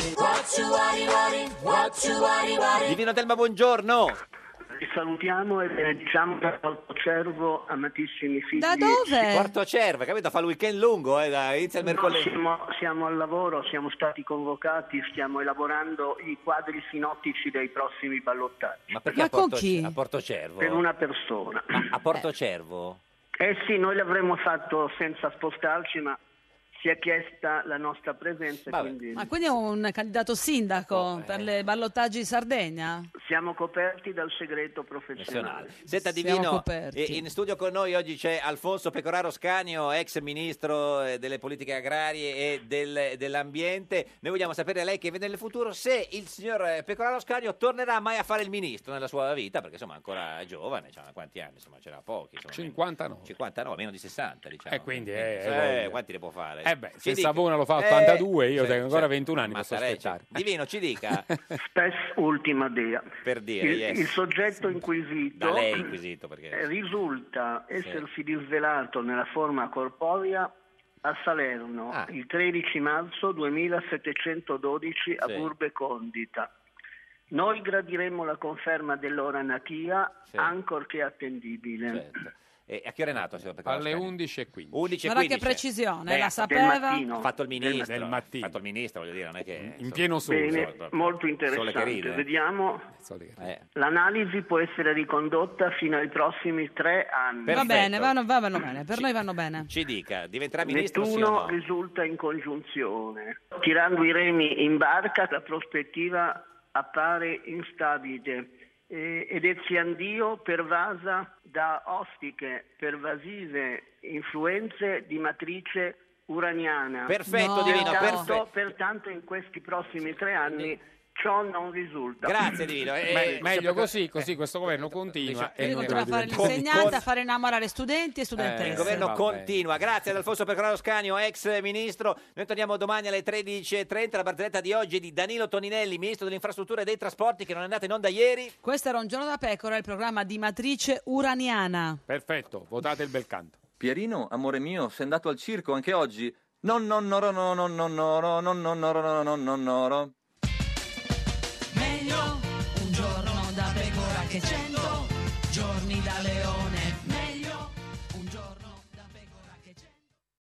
Divino Otelma, buongiorno.
Vi salutiamo e benediciamo da Porto Cervo, amatissimi figli.
Da dove?
Porto Cervo, capito? Fa il weekend lungo, inizia il mercoledì.
Siamo al lavoro, siamo stati convocati, stiamo elaborando i quadri sinottici dei prossimi ballottaggi.
Ma perché
Ma
a Porto,
con chi?
a Porto Cervo?
Per una persona.
Ma a Porto Cervo?
Eh sì, noi l'avremmo fatto senza spostarci, ma si è chiesta la nostra presenza, quindi
Ma quindi è un candidato sindaco per le ballottaggi in Sardegna?
siamo coperti dal segreto professionale.
Senta
Siamo
Divino,
coperti.
in studio con noi oggi c'è Alfonso Pecoraro Scanio, ex ministro delle politiche agrarie e dell'ambiente. Noi vogliamo sapere da lei che vede nel futuro se il signor Pecoraro Scanio tornerà mai a fare il ministro nella sua vita, perché insomma ancora è giovane, c'ha quanti anni? Insomma, c'era pochi. Insomma,
59.
Meno di 60, diciamo.
E quindi
quanti ne può fare?
se
Ci dica.
Savona lo fa a 82, io
sì,
tengo ancora
sì.
21 anni, posso
Mazzareccia.
aspettare.
Divino, ci dica.
Spes ultima dea.
Per dire,
Il soggetto inquisito
Da lei inquisito, perché...
risulta essersi disvelato nella forma corporea a Salerno il 13 marzo 2712 a
Sì.
Burbe Condita. Noi gradiremmo la conferma dell'oranatia,
Sì.
ancorché attendibile.
Certo. E a che ora è nato, signor Pecoraro
Alle
Scanio?
11:15.
11 e
Guarda che
15.
precisione, la
del
sapeva.
mattino.
Ha fatto il ministro,
Del mattino.
ha fatto il ministro, voglio dire, non è che...
In pieno sole.
Bene, molto interessante.
ride, eh.
Vediamo.
Sole che ride.
L'analisi può essere ricondotta fino ai prossimi 3 anni.
Va bene, vanno bene, per noi vanno bene.
Ci dica, diventerà ministro
Nettuno
sì o no?
risulta in congiunzione. Tirando i remi in barca, la prospettiva appare instabile ed eziandio pervasa da ostiche, pervasive influenze di matrice uraniana.
Perfetto, Divino, perfetto.
Pertanto in questi prossimi 3 anni ciò non risulta.
Grazie Divino.
Meglio così questo governo continua.
Lui
noi
continua a fare
diventiamo-
l'insegnante, a fare innamorare studenti e studentesse.
Il governo
vabbè.
continua. Grazie ad Alfonso Pecoraro Scanio, ex ministro. Noi torniamo domani alle 13:30. La barzelletta di oggi è di Danilo Toninelli, ministro delle infrastrutture e dei trasporti, che non è andata in onda ieri.
Questo era Un giorno da pecora, il programma di matrice uraniana.
Perfetto, votate il bel canto.
Pierino, amore mio, sei andato al circo anche oggi? No.
Meglio